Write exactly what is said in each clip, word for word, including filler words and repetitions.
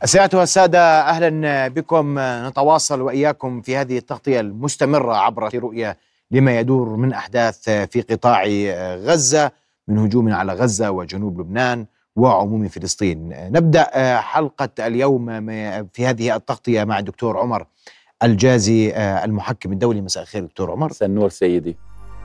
السادة والسادة، أهلا بكم. نتواصل وإياكم في هذه التغطية المستمرة عبر رؤية لما يدور من أحداث في قطاع غزة، من هجوم على غزة وجنوب لبنان وعموم فلسطين. نبدأ حلقة اليوم في هذه التغطية مع الدكتور عمر الجازي المحكم الدولي. مساء الخير دكتور عمر. مساء النور سيدي.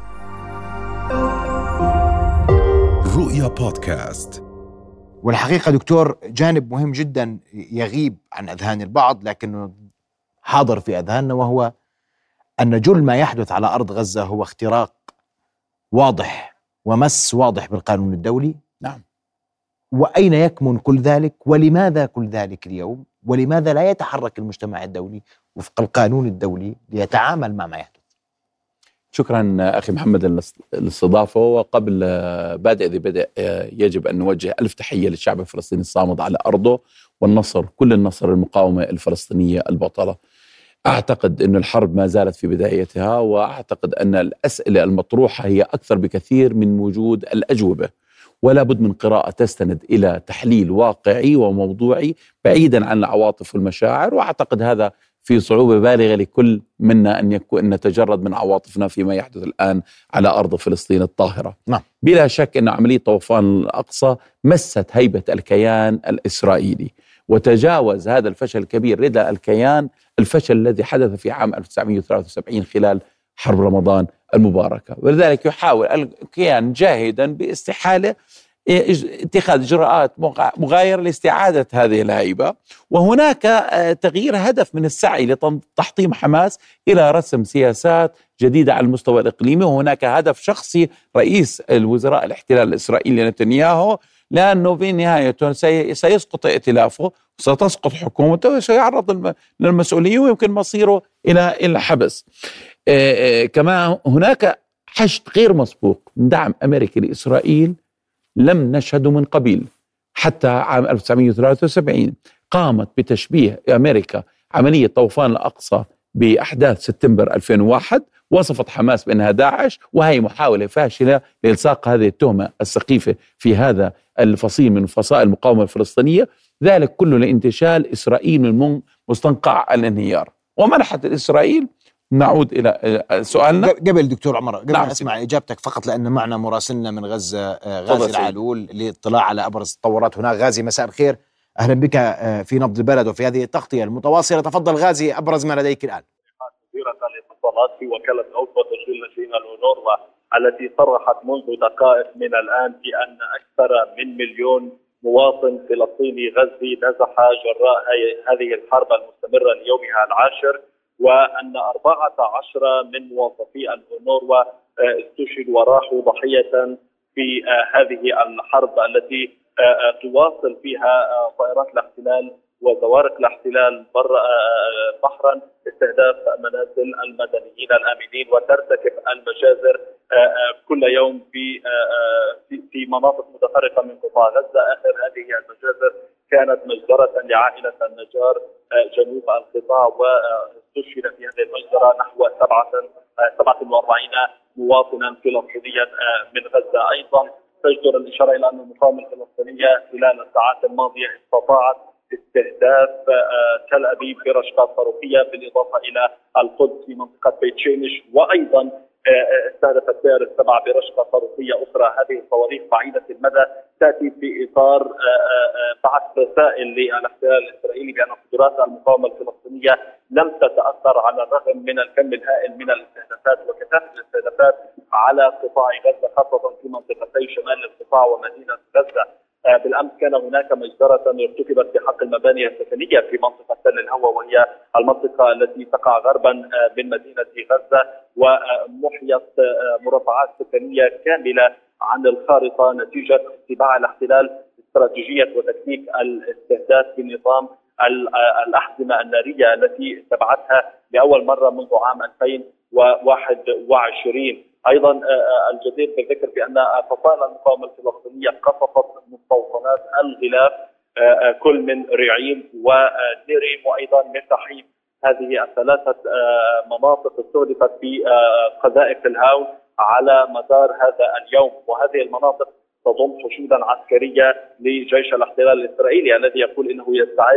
رؤيا بودكاست. والحقيقة دكتور، جانب مهم جدا يغيب عن أذهان البعض لكنه حاضر في أذهاننا، وهو أن جل ما يحدث على أرض غزة هو اختراق واضح ومس واضح بالقانون الدولي. نعم. وأين يكمن كل ذلك؟ ولماذا كل ذلك اليوم؟ ولماذا لا يتحرك المجتمع الدولي وفق القانون الدولي ليتعامل مع ما يحدث؟ شكرا أخي محمد للاستضافة. وقبل بادئ ذي بدء يجب أن نوجه ألف تحية للشعب الفلسطيني الصامد على أرضه، والنصر كل النصر المقاومة الفلسطينية البطلة. أعتقد أن الحرب ما زالت في بدايتها، وأعتقد أن الأسئلة المطروحة هي أكثر بكثير من وجود الأجوبة، ولا بد من قراءة تستند إلى تحليل واقعي وموضوعي بعيدا عن العواطف والمشاعر. وأعتقد هذا في صعوبة بالغة لكل منا أن يكون نتجرد من عواطفنا فيما يحدث الآن على أرض فلسطين الطاهرة. نعم. بلا شك أن عملية طوفان الأقصى مست هيبة الكيان الإسرائيلي، وتجاوز هذا الفشل الكبير لدى الكيان الفشل الذي حدث في عام ألف وتسعمائة وثلاثة وسبعين خلال حرب رمضان المباركة. ولذلك يحاول الكيان جاهدا باستحالة اتخاذ إجراءات مغايرة لاستعادة هذه الهيبة. وهناك تغيير هدف من السعي لتحطيم حماس إلى رسم سياسات جديدة على المستوى الإقليمي، وهناك هدف شخصي رئيس الوزراء الاحتلال الإسرائيلي نتنياهو، لأنه في نهايته سيسقط ائتلافه، ستسقط حكومته، وسيعرض للمسؤولية ويمكن مصيره إلى الحبس. كما هناك حشد غير مسبوق من دعم أمريكي لإسرائيل لم نشهده من قبيل. حتى عام ألف وتسعمائة وثلاثة وسبعين قامت بتشبيه أمريكا عملية طوفان الأقصى بأحداث سبتمبر ألفين وواحد، وصفت حماس بأنها داعش، وهي محاولة فاشلة لإلصاق هذه التهمة السخيفة في هذا الفصيل من فصائل المقاومة الفلسطينية، ذلك كله لانتشال إسرائيل من مستنقع الانهيار. ومنحت إسرائيل. نعود إلى سؤالنا قبل دكتور عمر، قبل نعم. أسمع إجابتك فقط، لأن معنا مراسلنا من غزة غازي العلول للاطلاع على أبرز التطورات هناك. غازي مساء الخير، أهلا بك في نبض البلد وفي هذه التغطية المتواصلة. تفضل غازي، أبرز ما لديك الآن. وزيرة الاتصالات في وكالة أوسط تشغيل ناشئين الأونروا التي صرحت منذ دقائق من الآن بأن أكثر من مليون مواطن فلسطيني غزي نزح جراء هذه الحرب المستمرة ليومها العاشر، وأن أربعة عشر من موظفي الأونروا استشهدوا وراحوا ضحية في هذه الحرب التي تواصل فيها طائرات الاحتلال وزوارق الاحتلال بحرا استهداف منازل المدنيين الآمنين وترتكب المجازر كل يوم في في مناطق متفرقة من قطاع غزة. آخر هذه المجازر كانت مجزرة لعائلة النجار جنوب القطاع، واستشهد في هذه المجزرة نحو سبعة وأربعين مواطنا فلسطينيا من غزة. أيضا تجدر الإشارة إلى أن المقاومة الفلسطينية خلال الساعات الماضية استطاعت استهداف تل أبيب برشقات صاروخية، بالإضافة إلى القدس في منطقة بيت شيمش، وأيضا استهدفت دير السبع برشقة صاروخية أخرى. هذه الصواريخ بعيدة المدى تأتي في إطار بعث رسائل للاحتلال الإسرائيلي بأن قدرات المقاومة الفلسطينية لم تتأثر على الرغم من الكم الهائل من الاستهدافات وكثافة الاستهدافات على قطاع غزة، خاصة في منطقتي شمال القطاع ومدينة غزة. بالأمس كان هناك مجزرة ارتكبت بحق المباني السكنية في منطقة تل الهوى، وهي المنطقة التي تقع غربا من مدينة غزة، ومحيت مربعات سكنية كاملة عن الخارطة نتيجة اتباع الاحتلال استراتيجية وتكنيك الاستهداف بنظام الأحزمة النارية التي اتبعتها لأول مرة منذ عام ألفين وواحد وعشرين. أيضا الجدير بالذكر بأن فصائل المقاومة الفلسطينية قصفت مستوطنات الغلاف كل من رعيم وديريم وأيضا من تحريم. هذه الثلاثة مناطق استهدفت بقذائف الهاون على مدار هذا اليوم، وهذه المناطق تضم حشودا عسكرية لجيش الاحتلال الإسرائيلي الذي يقول إنه يستعد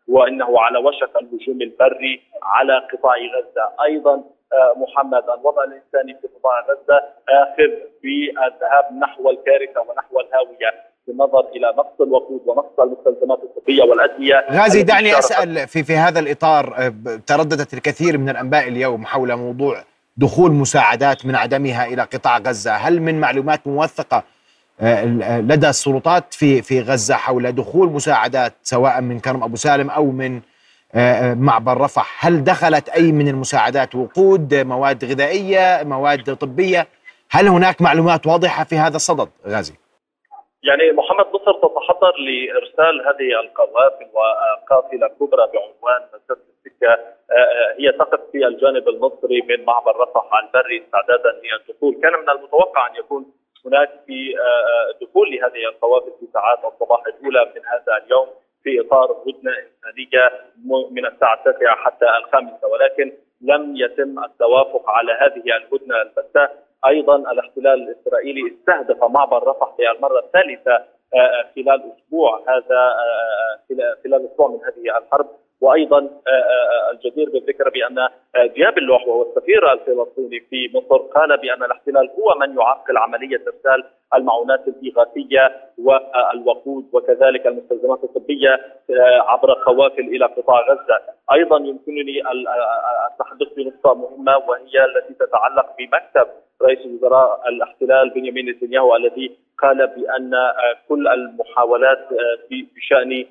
وإنه على وشك الهجوم البري على قطاع غزة. أيضا محمد، الوضع الإنساني في قطاع غزة آخذ بالذهاب نحو الكارثة ونحو الهاوية، بالنظر إلى نقص الوقود ونقص المستلزمات الطبية والأدوية. غازي، دعني أسأل في في هذا الإطار. ترددت الكثير من الأنباء اليوم حول موضوع دخول مساعدات من عدمها إلى قطاع غزة. هل من معلومات موثقة لدى السلطات في في غزة حول دخول مساعدات سواء من كرم أبو سالم أو من معبر رفح؟ هل دخلت أي من المساعدات وقود، مواد غذائية، مواد طبية؟ هل هناك معلومات واضحة في هذا الصدد غازي؟ يعني محمد، مصر تتحضر لإرسال هذه القوافل وقافلة كبرى بعنوان مسافة السكة. هي تقف في الجانب المصري من معبر رفح البري استعدادا للدخول. كان من المتوقع أن يكون هناك في دخول لهذه القوافل في ساعات الصباح الأولى من هذا اليوم في إطار هدنة إنسانية من الساعة التاسعة حتى الخامسة، ولكن لم يتم التوافق على هذه الهدنة البتة. أيضا الاحتلال الإسرائيلي استهدف معبر رفح للمرة الثالثة خلال أسبوع هذا خلال أسبوع من هذه الحرب. وأيضا الجدير بالذكر بأن دياب اللوح وهو السفير الفلسطيني في مصر قال بأن الاحتلال هو من يعرقل عملية إرسال المعونات الإغاثية والوقود وكذلك المستلزمات الطبية عبر قوافل إلى قطاع غزة. أيضا يمكنني التحدث بنقطة مهمة وهي التي تتعلق بمكتب رئيس وزراء الاحتلال بنيامين نتنياهو الذي قال بأن كل المحاولات بشأن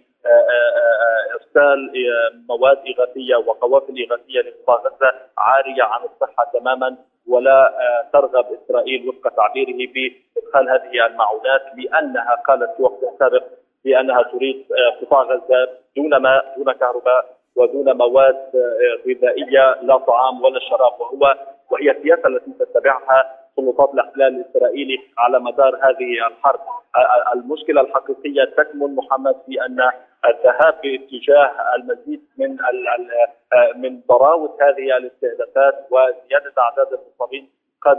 إرسال مواد إغاثية وقوافل إغاثية لقطاع غزة عارية عن الصحة تماما، ولا ترغب إسرائيل وفق تعبيره بإدخال هذه المعونات، لأنها قالت في وقت سابق بأنها تريد قطاع غزة دون ماء، دون كهرباء، ودون مواد غذائية، لا طعام ولا شراب، وهو وهي السياسة التي تتبعها سلطات الاحتلال الإسرائيلي على مدار هذه الحرب. المشكلة الحقيقية تكمن محمد في أن الذهاب باتجاه المزيد من من ضراوة هذه الاستهدافات وزيادة أعداد المصابين قد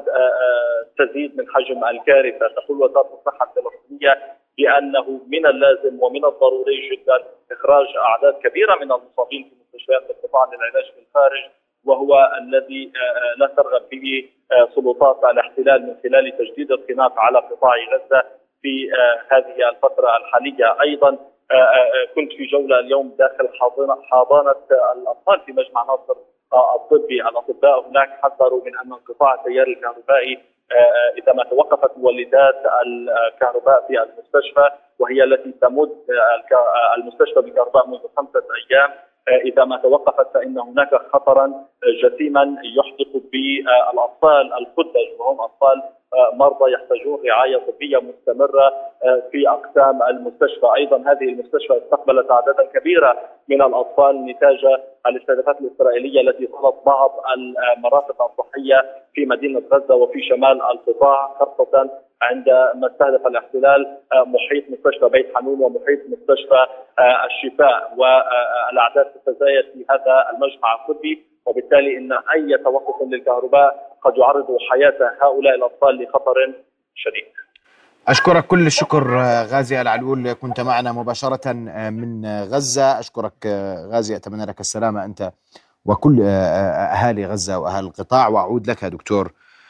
تزيد من حجم الكارثة. تقول وزارة الصحة الفلسطينية بأنه من اللازم ومن الضروري جدا إخراج أعداد كبيرة من المصابين في مستشفيات القطاع للعلاج في الخارج، وهو الذي لا ترغب به سلطات الاحتلال من خلال تجديد الخناق على قطاع غزة في هذه الفترة الحالية. أيضا كنت في جولة اليوم داخل حاضنة حاضنة الأطفال في مجمع ناصر الطبي. الأطباء هناك حذروا من أن انقطاع التيار الكهربائي إذا ما توقفت مولدات الكهرباء في المستشفى، وهي التي تمد المستشفى بكهرباء منذ خمسة أيام، إذا ما توقفت فإن هناك خطرا جسيما يحدق بالأطفال الخدج، وهم أطفال مرضى يحتاجون رعاية طبية مستمرة في أقسام المستشفى. أيضا هذه المستشفى استقبلت أعدادا كبيرة من الأطفال نتاج الاستهدافات الإسرائيلية التي طالت بعض المرافق الصحية في مدينة غزة وفي شمال القطاع، خاصة عندما استهدف الاحتلال محيط مستشفى بيت حنون ومحيط مستشفى الشفاء، والأعداد تتزايد في هذا المجمع الطبي، وبالتالي إن أي توقف للكهرباء قد يعرض حياة هؤلاء الأطفال لخطر شديد. أشكرك كل الشكر غازي العلول، كنت معنا مباشرة من غزة. أشكرك غازي، أتمنى لك السلامة أنت وكل أهالي غزة وأهالي القطاع. وأعود لك دكتور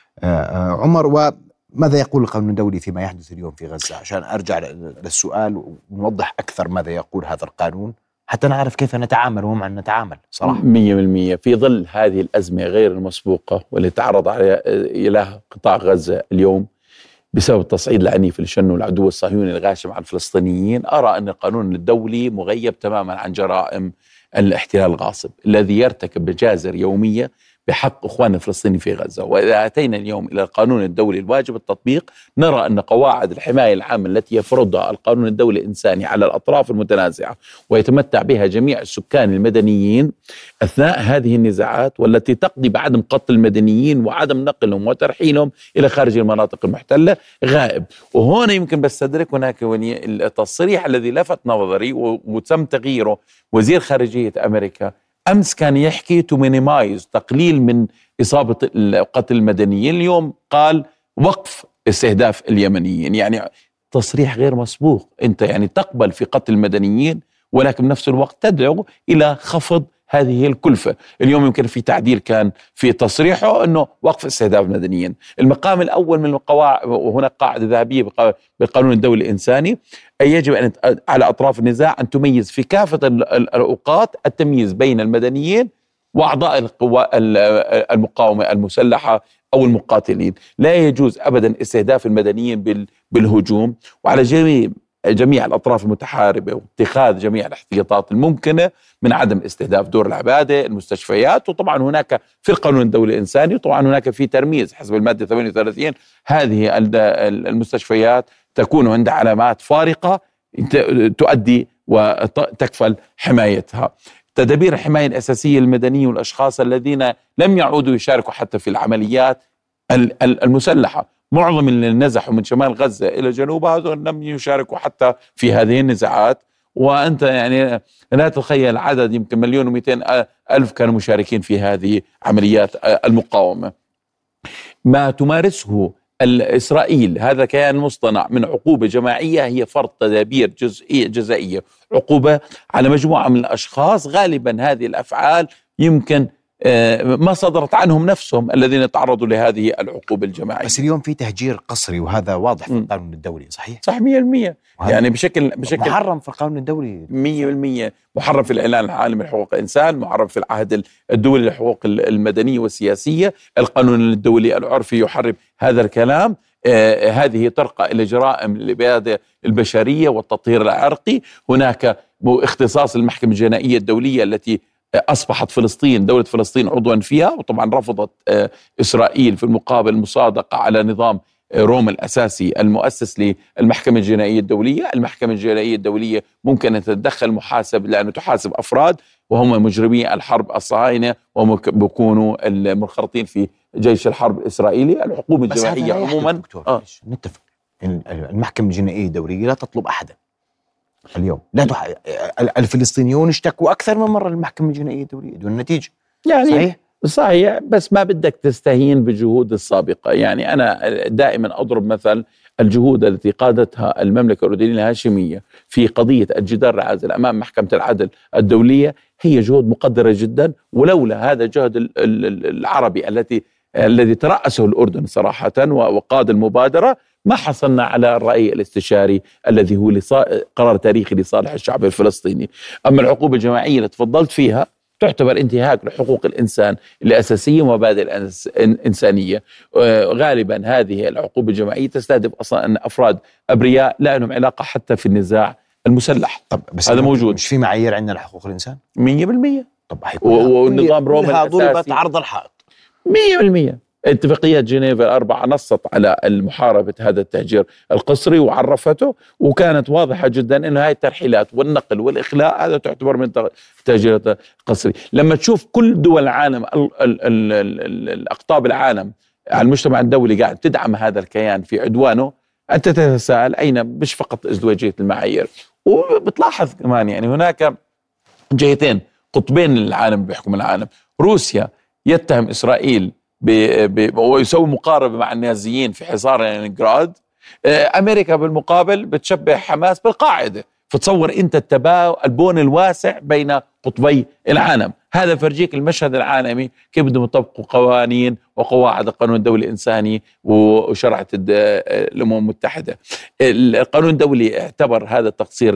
عمر، وماذا يقول القانون الدولي فيما يحدث اليوم في غزة، عشان أرجع للسؤال ونوضح أكثر ماذا يقول هذا القانون حتى نعرف كيف نتعامل وهم عن نتعامل صراحة. مية بالمية في ظل هذه الأزمة غير المسبوقة واللي تعرض إليها قطاع غزة اليوم بسبب التصعيد العنيف اللي شنه العدو الصهيوني الغاشم على الفلسطينيين، أرى أن القانون الدولي مغيب تماما عن جرائم الاحتلال الغاصب الذي يرتكب مجازر يومية بحق إخواننا الفلسطينيين في غزة. وإذا أتينا اليوم إلى القانون الدولي الواجب التطبيق، نرى أن قواعد الحماية العامة التي يفرضها القانون الدولي الإنساني على الأطراف المتنازعة ويتمتع بها جميع السكان المدنيين أثناء هذه النزاعات، والتي تقضي بعدم قتل المدنيين وعدم نقلهم وترحيلهم إلى خارج المناطق المحتلة، غائب. وهنا يمكن بستدرك هناك التصريح الذي لفت نظري وتم تغييره. وزير خارجية أمريكا أمس كان يحكي تو مينيمايز، تقليل من إصابة قتل المدنيين، اليوم قال وقف استهداف اليمنيين. يعني تصريح غير مسبوق. أنت يعني تقبل في قتل المدنيين ولكن بنفس الوقت تدعو إلى خفض هذه الكلفة. اليوم يمكن في تعديل كان في تصريحه أنه وقف استهداف المدنيين. المقام الأول من القواعد، وهناك قاعدة ذهبية بالقانون الدولي الإنساني، أي يجب أن على أطراف النزاع أن تميز في كافة الأوقات التمييز بين المدنيين وأعضاء القوى المقاومة المسلحة أو المقاتلين. لا يجوز أبدا استهداف المدنيين بالهجوم، وعلى جميع جميع الأطراف المتحاربة واتخاذ جميع الاحتياطات الممكنة من عدم استهداف دور العبادة، المستشفيات. وطبعا هناك في القانون الدولي الإنساني وطبعا هناك في ترميز حسب المادة ثمانية وثلاثين، هذه المستشفيات تكون عند علامات فارقة تؤدي وتكفل حمايتها. تدابير الحماية الأساسية للمدنيين والأشخاص الذين لم يعودوا يشاركوا حتى في العمليات المسلحة. معظم اللي نزحوا من شمال غزة إلى جنوبها هذول لم يشاركوا حتى في هذه النزاعات، وأنت يعني لا تتخيل عدد يمكن مليون ومئتين ألف كانوا مشاركين في هذه عمليات المقاومة. ما تمارسه إسرائيل هذا كيان مصطنع من عقوبة جماعية هي فرض تدابير جزئية جزائية، عقوبة على مجموعة من الأشخاص. غالبا هذه الأفعال يمكن ما صدرت عنهم نفسهم الذين تعرضوا لهذه العقوبة الجماعية. بس اليوم في تهجير قسري وهذا واضح في القانون الدولي، صحيح؟ صح مية بالمية، يعني بشكل بشكل محرم في القانون الدولي مية بالمية، محرم في الإعلان العالمي لحقوق الإنسان، محرم في العهد الدولي للحقوق المدنية والسياسية، القانون الدولي العرفي يحرم هذا الكلام. آه هذه ترقى إلى جرائم الإبادة البشرية والتطهير العرقي. هناك اختصاص المحكمة الجنائية الدولية التي أصبحت فلسطين دولة فلسطين عضوا فيها، وطبعا رفضت إسرائيل في المقابل المصادقة على نظام روما الأساسي المؤسس للمحكمة الجنائية الدولية. المحكمة الجنائية الدولية ممكن أن تتدخل محاسب لأنه تحاسب أفراد وهم مجرمي الحرب الصهاينة وهم بيكونوا المنخرطين في جيش الحرب الإسرائيلي. الحكومة الجماعية عموما آه. نتفق المحكمة الجنائية الدولية لا تطلب أحدا اليوم، لا تح... الفلسطينيون اشتكوا أكثر من مرة للمحكمة الجنائية الدولية دون نتيجة. يعني صحيح؟ صحيح، بس ما بدك تستهين بالجهود السابقة. يعني أنا دائما أضرب مثل الجهود التي قادتها المملكة الأردنية الهاشمية في قضية الجدار العازل أمام محكمة العدل الدولية، هي جهود مقدرة جدا، ولولا هذا الجهد العربي التي الذي ترأسه الأردن صراحة وقاد المبادرة ما حصلنا على الرأي الاستشاري الذي هو قرار تاريخي لصالح الشعب الفلسطيني. أما العقوبة الجماعية اللي تفضلت فيها تعتبر انتهاك لحقوق الإنسان الأساسية ومبادئ الإنسانية. غالبا هذه العقوبة الجماعية تستهدف أصلا أن أفراد أبرياء لا لهم علاقة حتى في النزاع المسلح. طب بس هذا موجود، مش في معايير عندنا لحقوق الإنسان مية بالمية. طب والنظام روما الأساسي ضربت عرض الحائط مية بالمية. اتفاقيات جنيف الأربعة نصت على المحاربة هذا التهجير القسري وعرفته، وكانت واضحة جدا أن هاي الترحيلات والنقل والإخلاء هذا تعتبر من التهجير القسري. لما تشوف كل دول العالم ال ال ال ال الأقطاب العالم على المجتمع الدولي قاعد تدعم هذا الكيان في عدوانه، أنت تتساءل أين مش فقط ازدواجية المعايير. وبتلاحظ كمان يعني هناك جهتين قطبين للعالم بيحكم العالم. روسيا يتهم إسرائيل ويسوي مقاربة مع النازيين في حصار لينينغراد. أمريكا بالمقابل بتشبه حماس بالقاعدة. فتصور أنت التباين البون الواسع بين قطبي العالم. هذا فرجيك المشهد العالمي كيف بدهم يطبقوا قوانين وقواعد القانون الدولي الإنساني وشرعة الأمم المتحدة. القانون الدولي اعتبر هذا التقصير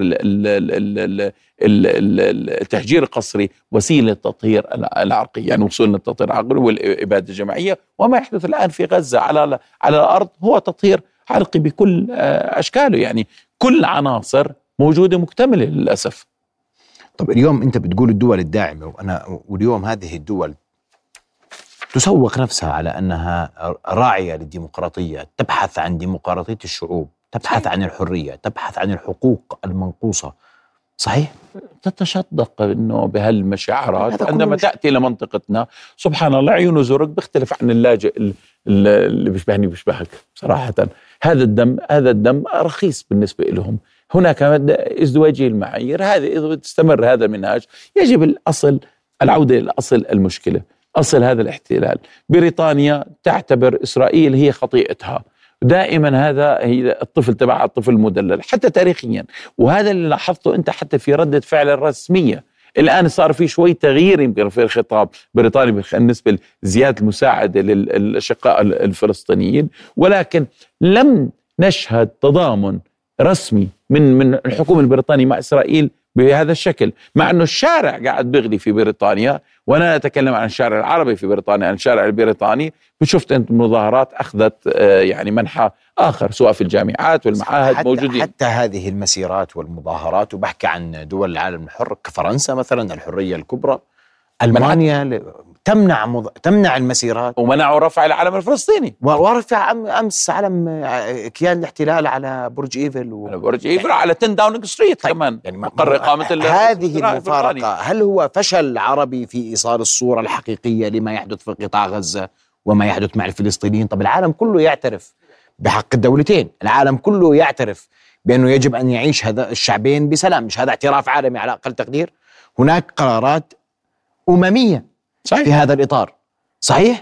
التهجير القسري وسيلة للتطهير العرقي، يعني وصول للتطهير العرقي والإبادة الجماعية. وما يحدث الآن في غزة على على الأرض هو تطهير عرقي بكل أشكاله، يعني كل عناصر موجودة مكتملة للأسف. طب اليوم أنت بتقول الدول الداعمة، وأنا واليوم هذه الدول تسوق نفسها على أنها راعية للديمقراطية، تبحث عن ديمقراطية الشعوب، تبحث عن الحرية، تبحث عن الحقوق المنقوصة، صحيح؟ تتشدق إنه بهالمشاعرات عندما تأتي لمنطقتنا سبحان الله عيون وزرق بيختلف عن اللاجئ اللي بيشبهني بيشبهك صراحة. هذا الدم هذا الدم رخيص بالنسبة لهم. هناك ازدواجية المعايير، هذه إذا تستمر هذا المنهاج يجب الأصل العودة إلى أصل المشكلة، أصل هذا الاحتلال. بريطانيا تعتبر إسرائيل هي خطيئتها، دائما هذا هي الطفل تبع الطفل المدلل حتى تاريخيا. وهذا اللي لاحظته أنت حتى في ردة فعل الرسمية. الآن صار في شوي تغيير يمكن في الخطاب بريطاني بالنسبة لزيادة المساعدة للأشقاء الفلسطينيين، ولكن لم نشهد تضامن رسمي من من الحكومة البريطانية مع إسرائيل بهذا الشكل، مع أنه الشارع قاعد بيغلي في بريطانيا. وأنا أتكلم عن الشارع العربي في بريطانيا، عن الشارع البريطاني. شفت أنت مظاهرات أخذت يعني منحى آخر سواء في الجامعات والمعاهد حتى موجودين. حتى هذه المسيرات والمظاهرات، وبحكي عن دول العالم الحر كفرنسا مثلا الحرية الكبرى، ألمانيا ل... تمنع مض... تمنع المسيرات، ومنعوا رفع العلم الفلسطيني، ورفع أمس علم كيان الاحتلال على برج إيفل و... على برج إيفل على عشرة داونينج ستريت. طيب كمان يعني مقر إقامة هذه المفارقة. هل هو فشل عربي في إيصال الصورة الحقيقية لما يحدث في قطاع غزة وما يحدث مع الفلسطينيين؟ طب العالم كله يعترف بحق الدولتين، العالم كله يعترف بأنه يجب أن يعيش هذا الشعبين بسلام، مش هذا اعتراف عالمي على أقل تقدير؟ هناك قرارات أممية صحيح في هذا الإطار، صحيح؟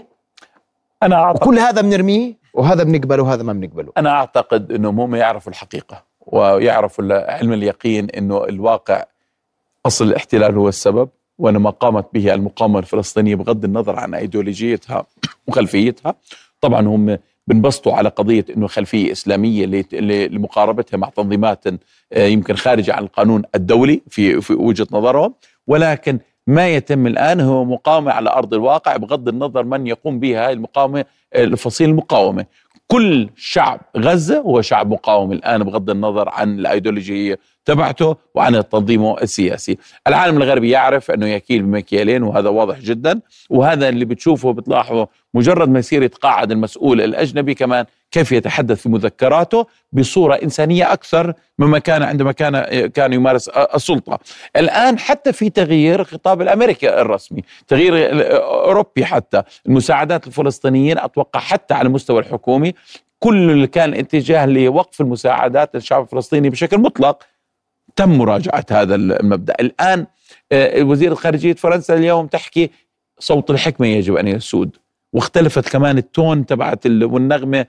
أنا أعتقد كل هذا بنرميه وهذا بنقبله وهذا ما بنقبله. أنا أعتقد أنهم هم يعرفوا الحقيقة ويعرفوا علم اليقين أنه الواقع أصل الاحتلال هو السبب، وأن ما قامت به المقاومة الفلسطينية بغض النظر عن أيديولوجيتها وخلفيتها. طبعا هم بنبسطوا على قضية أنه خلفية إسلامية لمقاربتها مع تنظيمات يمكن خارجة عن القانون الدولي في, في وجهة نظرهم، ولكن ما يتم الآن هو مقاومة على أرض الواقع بغض النظر من يقوم بها المقاومة الفصيل المقاومة. كل شعب غزة هو شعب مقاوم الآن بغض النظر عن الأيديولوجية تبعته وعن تنظيمه السياسي. العالم الغربي يعرف أنه يكيل بمكيالين، وهذا واضح جدا، وهذا اللي بتشوفه بتلاحظه مجرد ما يصير يتقاعد المسؤول الأجنبي كمان كيف يتحدث في مذكراته بصورة إنسانية أكثر مما كان عندما كان كان يمارس السلطة. الآن حتى في تغيير خطاب الأمريكي الرسمي، تغيير أوروبي، حتى المساعدات الفلسطينيين أتوقع حتى على المستوى الحكومي كل اللي كان اتجاه لوقف المساعدات للشعب الفلسطيني بشكل مطلق تم مراجعة هذا المبدأ. الآن وزير الخارجية فرنسا اليوم تحكي صوت الحكمة يجب أن يسود، واختلفت كمان التون تبعت والنغمة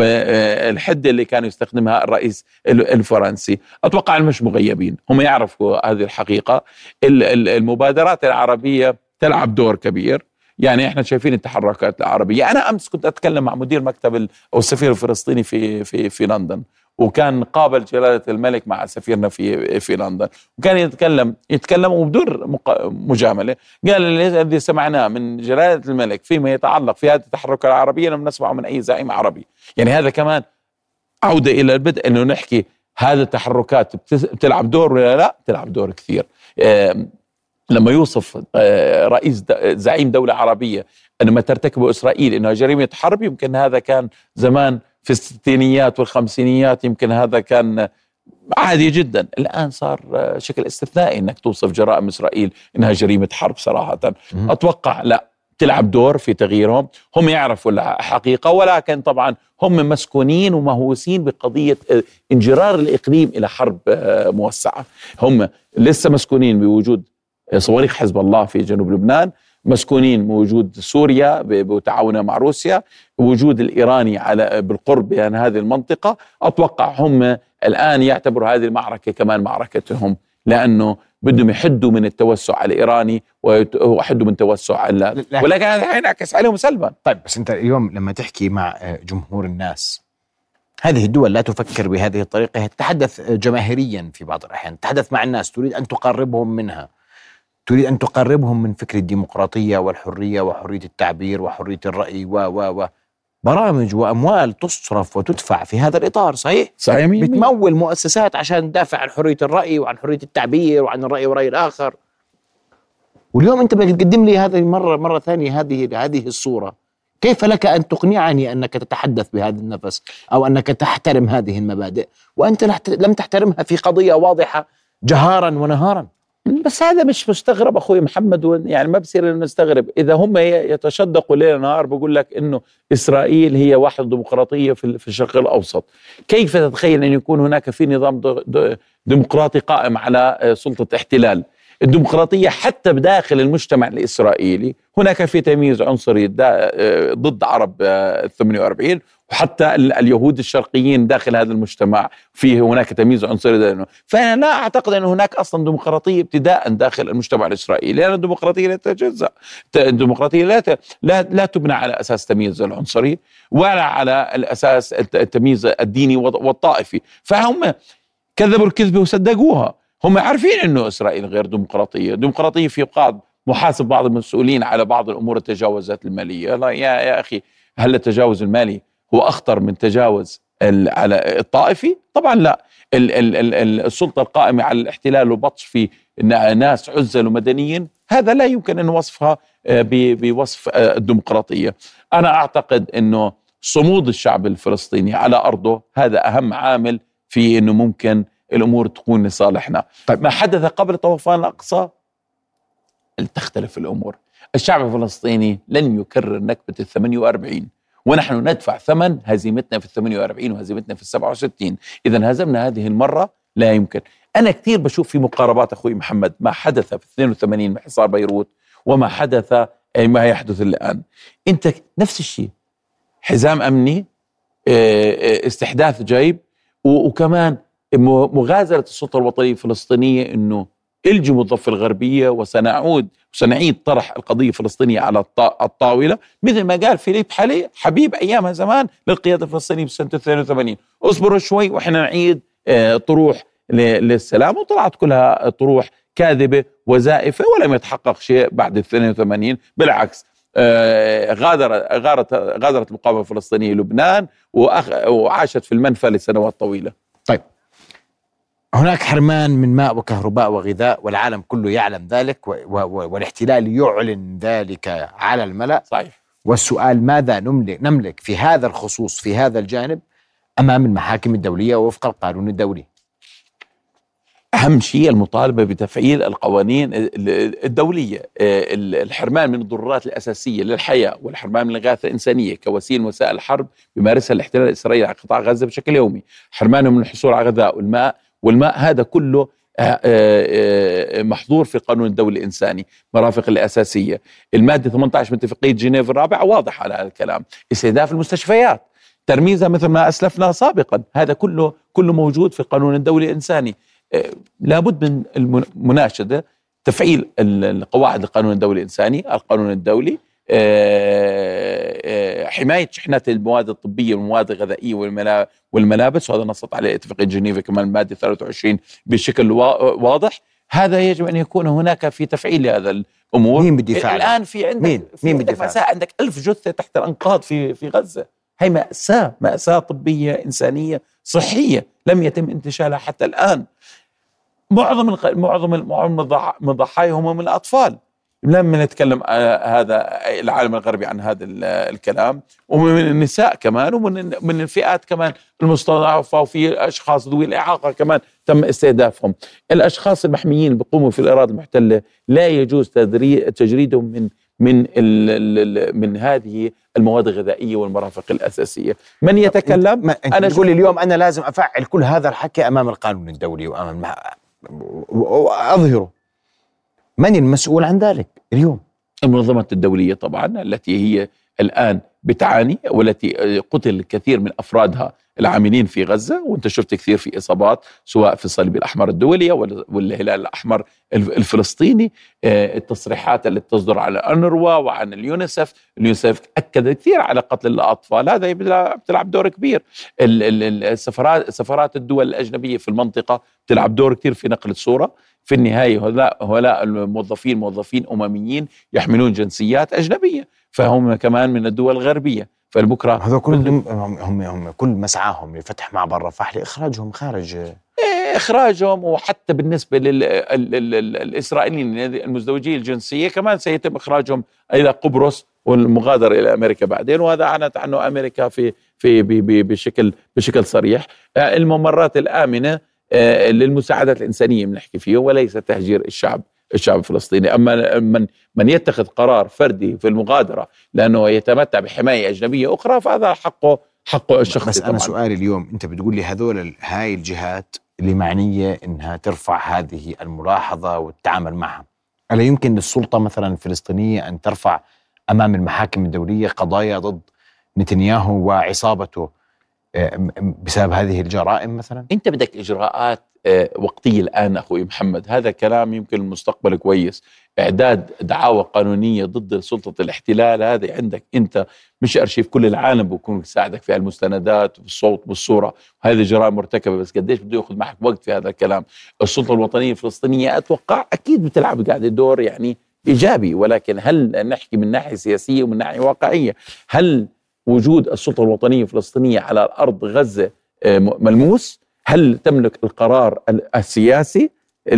والحدة اللي كان يستخدمها الرئيس الفرنسي. أتوقع مش مغيبين، هم يعرفوا هذه الحقيقة. المبادرات العربية تلعب دور كبير، يعني احنا شايفين التحركات العربية. أنا أمس كنت أتكلم مع مدير مكتب أو السفير الفلسطيني في في في لندن، وكان قابل جلالة الملك مع سفيرنا في في لندن، وكان يتكلم يتكلم وبدون مجاملة. قال الذي سمعناه من جلالة الملك فيما يتعلق في هذه التحركات العربية لم نسمعه من أي زعيم عربي. يعني هذا كمان عودة إلى البدء، إنه نحكي هذه التحركات بتلعب دور ولا لا؟ بتلعب دور كثير. لما يوصف رئيس زعيم دولة عربية أن ما ترتكبه إسرائيل إنها جريمة حرب، يمكن هذا كان زمان في الستينيات والخمسينيات، يمكن هذا كان عادي جدا. الآن صار شكل استثنائي أنك توصف جرائم إسرائيل إنها جريمة حرب صراحة. أتوقع لا، تلعب دور في تغييرهم. هم يعرفوا الحقيقة، ولكن طبعا هم مسكونين ومهووسين بقضية انجرار الإقليم إلى حرب موسعة. هم لسه مسكونين بوجود صواريخ حزب الله في جنوب لبنان، مسكونين بوجود سوريا بتعاونها مع روسيا، وجود الإيراني على بالقرب من يعني هذه المنطقة. أتوقع هم الآن يعتبروا هذه المعركة كمان معركتهم، لأنه بدهم يحدوا من التوسع الإيراني ويحدوا من توسع ال... ولكن هذا حينعكس عليهم سلبا. طيب بس أنت اليوم لما تحكي مع جمهور الناس، هذه الدول لا تفكر بهذه الطريقة، هي تتحدث جماهيريا في بعض الأحيان، تتحدث مع الناس، تريد أن تقربهم منها، تريد أن تقربهم من فكر الديمقراطية والحرية وحرية التعبير وحرية الرأي و و و برامج وأموال تصرف وتدفع في هذا الإطار. صحيح؟ صحيح. بتمول مؤسسات عشان تدافع عن حرية الرأي وعن حرية التعبير وعن الرأي ورأي الآخر. واليوم أنت بتقدم لي هذه المرة مرة ثانية هذه هذه الصورة. كيف لك أن تقنعني أنك تتحدث بهذا النفس أو أنك تحترم هذه المبادئ وأنت لم تحترمها في قضية واضحة جهارا ونهارا؟ بس هذا مش مستغرب أخوي محمد، يعني ما بصير نستغرب. إذا هم يتشدقوا ليل نهار بقول لك إنه إسرائيل هي واحدة ديمقراطية في الشرق الأوسط، كيف تتخيل أن يكون هناك في نظام ديمقراطي قائم على سلطة احتلال؟ الديمقراطية حتى بداخل المجتمع الإسرائيلي هناك في تمييز عنصري ضد عرب ثمانية وأربعين، وحتى اليهود الشرقيين داخل هذا المجتمع فيه هناك تمييز عنصري. فأنا لا أعتقد أن هناك أصلا ديمقراطية ابتداء داخل المجتمع الإسرائيلي، لأن الديمقراطية لا تتجزأ، الديمقراطية لا لا لا تبنى على أساس التمييز العنصري ولا على الأساس التمييز الديني والطائفي. فهم كذبوا الكذبة وصدقوها. هم عارفين أنه إسرائيل غير ديمقراطية، ديمقراطية في بعض محاسب بعض المسؤولين على بعض الأمور التجاوزات المالية. لا يا يا أخي، هل التجاوز المالي هو أخطر من تجاوز على الطائفي؟ طبعا لا. ال ال ال السلطة القائمة على الاحتلال والبطش في ناس عزل ومدنيين، هذا لا يمكن أن وصفها بوصف الديمقراطية. أنا أعتقد أنه صمود الشعب الفلسطيني على أرضه هذا أهم عامل في أنه ممكن الأمور تكون لصالحنا. طيب ما حدث قبل طوفان الأقصى تختلف الأمور. الشعب الفلسطيني لن يكرر نكبة الثمانية وأربعين، ونحن ندفع ثمن هزيمتنا في الثمانية وأربعين وهزيمتنا في السبعة وستين. إذا هزمنا هذه المرة لا يمكن. أنا كثير بشوف في مقاربات أخوي محمد ما حدث في اثنين وثمانين بحصار بيروت وما حدث أي ما يحدث الآن. أنت نفس الشيء، حزام أمني، استحداث جيب، وكمان مغازلة السلطة الوطنية الفلسطينية أنه الجموا الضفة الغربية وسنعود وسنعيد طرح القضية الفلسطينية على الطاولة، مثل ما قال فيليب حلي حبيب أيامها زمان للقيادة الفلسطينية بسنة اثنين وثمانين. اصبروا شوي وإحنا نعيد طروح للسلام، وطلعت كلها طروح كاذبة وزائفة ولم يتحقق شيء بعد اثنين وثمانين. بالعكس، غادرت غادرت غادرت المقاومة الفلسطينية لبنان وعاشت في المنفى لسنوات طويلة. طيب هناك حرمان من ماء وكهرباء وغذاء والعالم كله يعلم ذلك، والاحتلال يعلن ذلك على الملأ. صحيح. والسؤال ماذا نملك نملك في هذا الخصوص في هذا الجانب أمام المحاكم الدولية وفق القانون الدولي؟ أهم شيء المطالبة بتفعيل القوانين الدولية. الحرمان من الضرورات الأساسية للحياة والحرمان من الإغاثة الإنسانية كوسيلة من وسائل الحرب بيمارسها الاحتلال الإسرائيلي على قطاع غزة بشكل يومي، حرمانهم من الحصول على غذاء والماء والماء هذا كله محظور في القانون الدولي الإنساني، مرافق الأساسية. المادة ثمانية عشر من اتفاقية جنيف الرابعة واضح على هذا الكلام. استهداف المستشفيات، ترميزها مثل ما أسلفنا سابقا، هذا كله كله موجود في القانون الدولي الإنساني. لابد من المناشدة تفعيل القواعد القانون الدولي الإنساني، القانون الدولي، حماية شحنات المواد الطبية والمواد الغذائية والملابس، وهذا نصت عليه اتفاقية جنيف كمان المادة ثلاثة وعشرين بشكل واضح. هذا يجب أن يكون هناك في تفعيل هذا الأمور. مين بدفع الآن في عندك مين, مين بدفع؟ عندك ألف جثة تحت الأنقاض في في غزة. هي مأساة مأساة طبية إنسانية صحية لم يتم انتشالها حتى الآن. معظم معظم من الضحايا هم من الأطفال. لما نتكلم هذا العالم الغربي عن هذا الكلام، ومن النساء كمان، ومن من الفئات كمان المستضعفة، وفي أشخاص ذوي الإعاقة كمان تم استهدافهم. الأشخاص المحميين اللي بيقوموا في الأراضي المحتلة لا يجوز تجريدهم من من من هذه المواد الغذائية والمرافق الأساسية. من يتكلم؟ أنا تقول اليوم أنا لازم أفعل كل هذا الحكي أمام القانون الدولي وأمام وأظهره. من المسؤول عن ذلك اليوم؟ المنظمات الدولية طبعا، التي هي الآن بتعاني، والتي قتل الكثير من أفرادها العاملين في غزة، وانت شفت كثير في إصابات سواء في الصليب الأحمر الدولي والهلال الأحمر الفلسطيني. التصريحات اللي تصدر على أنروا وعن اليونيسف، اليونيسف أكد كثير على قتل الأطفال. هذا بتلعب دور كبير. السفارات سفارات الدول الأجنبية في المنطقة بتلعب دور كثير في نقل الصورة. في النهاية هؤلاء الموظفين موظفين أمميين يحملون جنسيات أجنبية، فهم كمان من الدول الغربية. فالبكرة هذا كلهم هم هم كل مسعاهم لفتح معبر رفح لإخراجهم خارج، إخراجهم. وحتى بالنسبة للإسرائيليين المزدوجين الجنسية كمان سيتم إخراجهم إلى قبرص والمغادرة إلى أمريكا بعدين، وهذا أعلنت عنه أمريكا في في بشكل بشكل صريح. الممرات الآمنة للمساعدات الإنسانية بنحكي فيه، وليس تهجير الشعب الشعب الفلسطيني. أما من من يتخذ قرار فردي في المغادرة لأنه يتمتع بحماية أجنبية أخرى، فهذا حقه حقه الشخصي. بس أنا سؤالي اليوم، أنت بتقول لي هذول هاي الجهات اللي معنية إنها ترفع هذه الملاحظة والتعامل معها، ألا يمكن للسلطة مثلا الفلسطينية أن ترفع أمام المحاكم الدولية قضايا ضد نتنياهو وعصابته بسبب هذه الجرائم مثلا؟ أنت بدك إجراءات وقتية الآن أخوي محمد، هذا كلام يمكن المستقبل كويس. إعداد دعاوى قانونية ضد سلطة الاحتلال هذه عندك أنت، مش أرشيف كل العالم بيكون يساعدك في المستندات بالصوت بالصورة، وهذه جرائم مرتكبة، بس قديش بده يأخذ معك وقت في هذا الكلام. السلطة الوطنية الفلسطينية أتوقع أكيد بتلعب قاعدة دور يعني إيجابي، ولكن هل نحكي من ناحية سياسية ومن ناحية واقعية، هل وجود السلطة الوطنية الفلسطينية على الأرض غزة ملموس؟ هل تملك القرار السياسي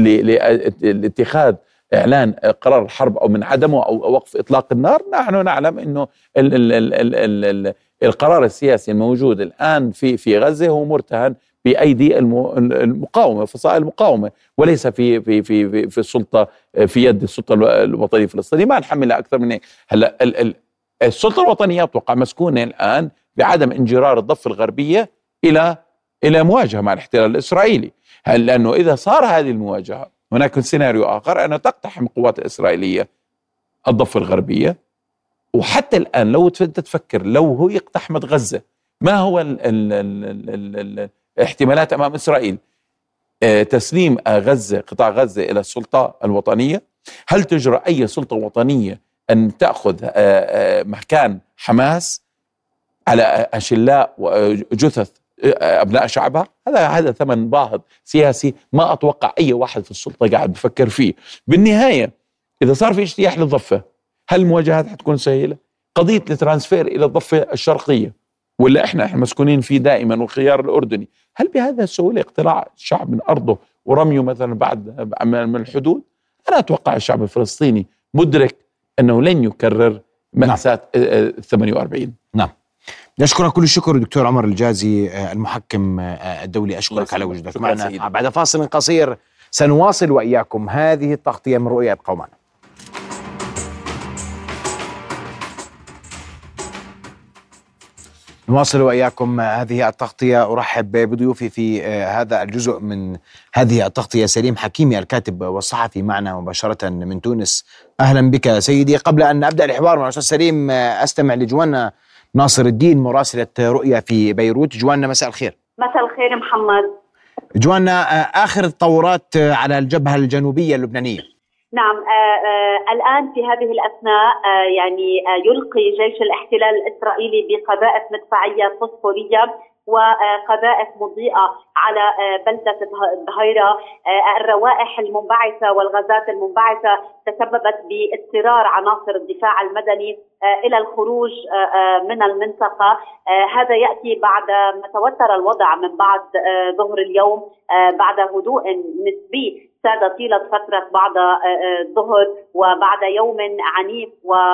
لاتخاذ إعلان قرار الحرب أو من عدمه أو وقف إطلاق النار؟ نحن نعلم أنه ال ال ال ال ال القرار السياسي الموجود الآن في في غزة هو مرتهن بأيدي المقاومة، فصائل المقاومة، وليس في في في في السلطة في يد السلطة الوطنية الفلسطينية. ما نحملها أكثر من هيك. هلا السلطة الوطنية أتوقع مسكونة الآن بعدم انجرار الضفة الغربية إلى إلى مواجهة مع الاحتلال الإسرائيلي. هل لأنه إذا صار هذه المواجهة هناك سيناريو آخر أن تقتحم القوات الإسرائيلية الضفة الغربية. وحتى الآن لو تفكر لو هو اقتحمت غزة، ما هو ال ال ال ال الاحتمالات أمام إسرائيل؟ اه تسليم غزة قطاع غزة إلى السلطة الوطنية؟ هل تجرى أي سلطة وطنية أن تأخذ اه اه مكان حماس على أشلاء وجثث أبناء شعبها؟ هذا هذا ثمن باهظ سياسي ما أتوقع أي واحد في السلطة قاعد بفكر فيه. بالنهاية إذا صار في اجتياح للضفة، هل المواجهات حتكون سهلة؟ قضية الترانسفير إلى الضفة الشرقية ولا إحنا إحنا مسكونين فيه دائما والخيار الأردني، هل بهذا السهولة اقتلاع الشعب من أرضه ورميه مثلا بعد من الحدود؟ أنا أتوقع الشعب الفلسطيني مدرك أنه لن يكرر مأساة ثمانية وأربعين. نعم. نشكرك كل الشكر دكتور عمر الجازي المحكم الدولي، أشكرك على وجودك معنا. بعد فاصل قصير سنواصل وإياكم هذه التغطية من رؤية. ابقوا معنا. نواصل وإياكم هذه التغطية. أرحب بضيوفي في هذا الجزء من هذه التغطية سليم حكيمي الكاتب والصحفي معنا مباشرة من تونس. أهلا بك سيدي. قبل أن أبدأ الحوار مع الأستاذ سليم أستمع لجوانا ناصر الدين مراسلة رؤية في بيروت. جوانا مساء الخير. مساء الخير محمد. جوانا، آخر التطورات على الجبهة الجنوبية اللبنانية. نعم، آآ آآ الآن في هذه الأثناء يعني يلقي جيش الاحتلال الإسرائيلي بقذائف مدفعية فوسفورية وقذائف مضيئة على بلدة الظهيرة. الروائح المنبعثة والغازات المنبعثة تسببت باضطرار عناصر الدفاع المدني إلى الخروج من المنطقة. هذا يأتي بعد ما توتر الوضع من بعد ظهر اليوم، بعد هدوء نسبي ساد طيلة فترة بعد الظهر وبعد يوم عنيف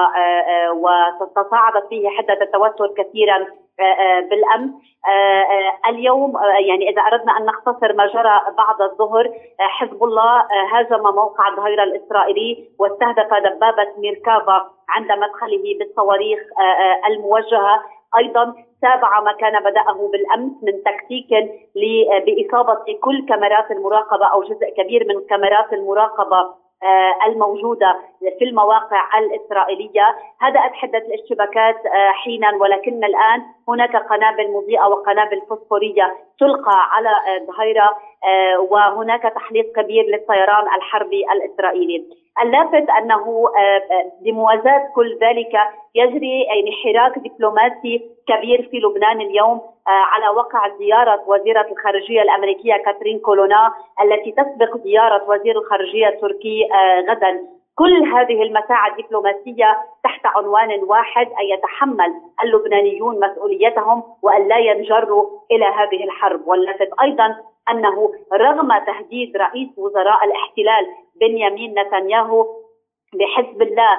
وتصاعدت فيه حدة التوتر كثيرا بالأمس. اليوم يعني إذا أردنا أن نختصر ما جرى بعد الظهر، حزب الله هاجم موقع الظهيرة الإسرائيلي واستهدف دبابة ميركافا عند مدخله بالصواريخ الموجهة. أيضا تابع ما كان بدأه بالأمس من تكتيك بإصابة كل كاميرات المراقبة أو جزء كبير من كاميرات المراقبة الموجودة في المواقع الإسرائيلية. هدأت حدة الاشتباكات حينا، ولكن الآن هناك قنابل مضيئة وقنابل فوسفورية تلقى على الظهيرة، وهناك تحليق كبير للطيران الحربي الإسرائيلي. اللافت أنه بموازاة كل ذلك يجري يعني حراك دبلوماسي كبير في لبنان اليوم على وقع زيارة وزيرة الخارجية الأمريكية كاترين كولونا التي تسبق زيارة وزير الخارجية التركي غدا. كل هذه المساعي الدبلوماسية تحت عنوان واحد: أن يتحمل اللبنانيون مسؤوليتهم وأن لا ينجروا إلى هذه الحرب. واللافت أيضا أنه رغم تهديد رئيس وزراء الاحتلال بنيامين نتنياهو بحزب الله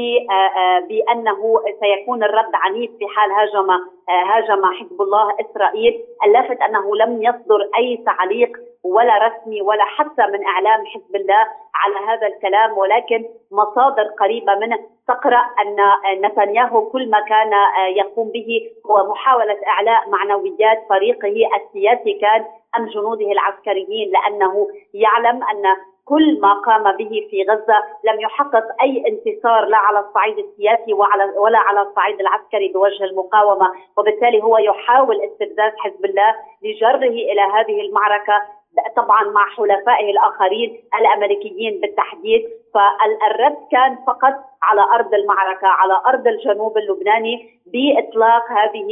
بأنه سيكون الرد عنيف في حال هاجم هاجم حزب الله إسرائيل، اللافت أنه لم يصدر أي تعليق ولا رسمي ولا حتى من إعلام حزب الله على هذا الكلام، ولكن مصادر قريبة منه تقرأ أن نتنياهو كل ما كان يقوم به هو محاولة إعلاء معنويات فريقه السياسي كان أم جنوده العسكريين، لأنه يعلم أن كل ما قام به في غزة لم يحقق أي انتصار لا على الصعيد السياسي ولا على الصعيد العسكري بوجه المقاومة، وبالتالي هو يحاول استفزاز حزب الله لجره إلى هذه المعركة طبعا مع حلفائه الآخرين الأمريكيين بالتحديد. فالرد كان فقط على أرض المعركة، على أرض الجنوب اللبناني، بإطلاق هذه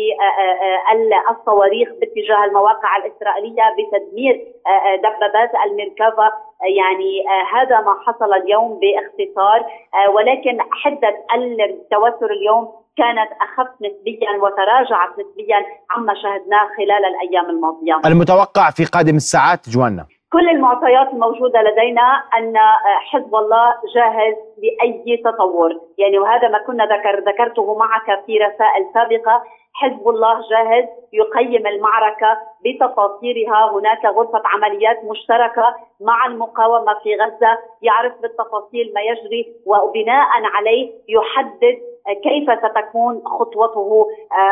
الصواريخ باتجاه المواقع الإسرائيلية، بتدمير دبابات الميركافا. يعني هذا ما حصل اليوم باختصار، ولكن حدة التوتر اليوم كانت أخف نسبيا وتراجعت نسبيا عما شاهدناه خلال الأيام الماضية. المتوقع في قادم الساعات جوانا؟ كل المعطيات الموجودة لدينا أن حزب الله جاهز لأي تطور، يعني وهذا ما كنا ذكر ذكرته معك في رسائل سابقة. حزب الله جاهز يقيم المعركة بتفاصيلها، هناك غرفة عمليات مشتركة مع المقاومة في غزة، يعرف بالتفاصيل ما يجري وبناء عليه يحدد كيف ستكون خطوته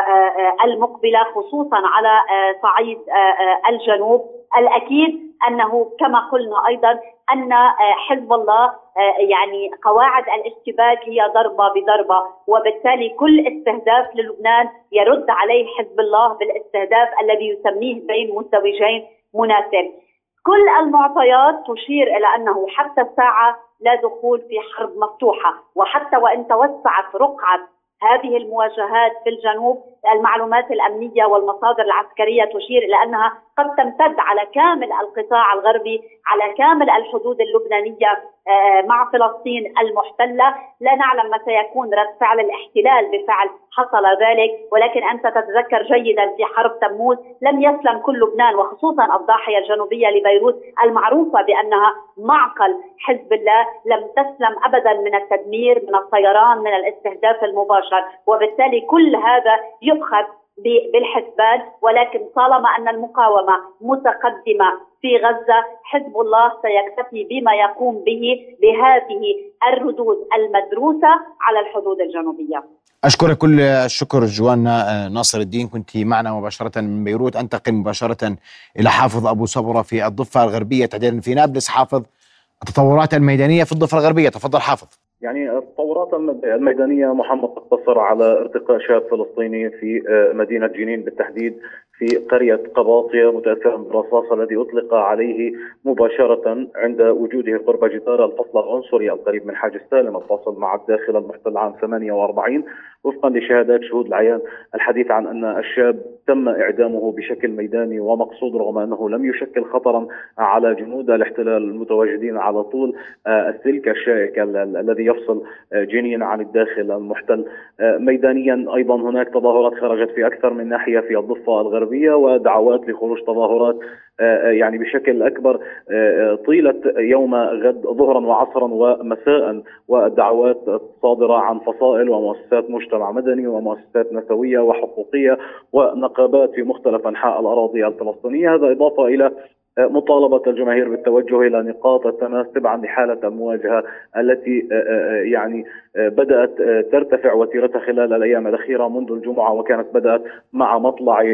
المقبلة خصوصا على صعيد الجنوب. الأكيد أنه كما قلنا أيضا أن حزب الله يعني قواعد الاشتباك هي ضربة بضربة، وبالتالي كل استهداف للبنان يرد عليه حزب الله بالاستهداف الذي يسميه بين مزدوجين مناسب. كل المعطيات تشير إلى أنه حتى الساعة لا دخول في حرب مفتوحة، وحتى وإن توسعت رقعة هذه المواجهات في الجنوب، المعلومات الأمنية والمصادر العسكرية تشير إلى أنها قد تمتد على كامل القطاع الغربي، على كامل الحدود اللبنانية مع فلسطين المحتلة. لا نعلم متى يكون رد فعل الاحتلال بفعل حصل ذلك، ولكن أنت تتذكر جيدا في حرب تموز لم يسلم كل لبنان، وخصوصا الضاحية الجنوبية لبيروت المعروفة بأنها معقل حزب الله لم تسلم أبدا من التدمير، من الطيران، من الاستهداف المباشر. وبالتالي كل هذا يؤخذ بالحسبان، ولكن طالما أن المقاومة متقدمة في غزة حزب الله سيكتفي بما يقوم به بهذه الردود المدروسة على الحدود الجنوبية. أشكرك كل الشكر جوانا ناصر الدين، كنت معنا مباشرة من بيروت. أنتقل مباشرة إلى حافظ أبو صبرة في الضفة الغربية تحديدا في نابلس. حافظ، التطورات الميدانية في الضفة الغربية، تفضل حافظ. يعني التطورات الميدانية محمد تقتصر على ارتقاء شاب فلسطيني في مدينة جنين بالتحديد في قرية قباطية متأثرا بالرصاص الذي أطلق عليه مباشرة عند وجوده قرب جدار الفصل العنصري القريب من حاج السالم الفاصل مع الداخل المحتل عام ثمانية وأربعين. وفقا لشهادات شهود العيان الحديث عن أن الشاب تم إعدامه بشكل ميداني ومقصود رغم أنه لم يشكل خطرا على جنود الاحتلال المتواجدين على طول السلك الشائك الذي يفصل جنين عن الداخل المحتل. ميدانيا أيضا هناك تظاهرات خرجت في أكثر من ناحية في الضفة الغربية ودعوات لخروج تظاهرات يعني بشكل أكبر طيلة يوم غد ظهرا وعصرا ومساء، والدعوات صادرة عن فصائل ومؤسسات مجتمع مدني ومؤسسات نسوية وحقوقية ونقابات في مختلف أنحاء الأراضي الفلسطينية. هذا إضافة إلى مطالبة الجماهير بالتوجه إلى نقاط التماس تبعا لحالة المواجهة التي يعني بدأت ترتفع وتيرتها خلال الأيام الأخيرة منذ الجمعة، وكانت بدأت مع مطلع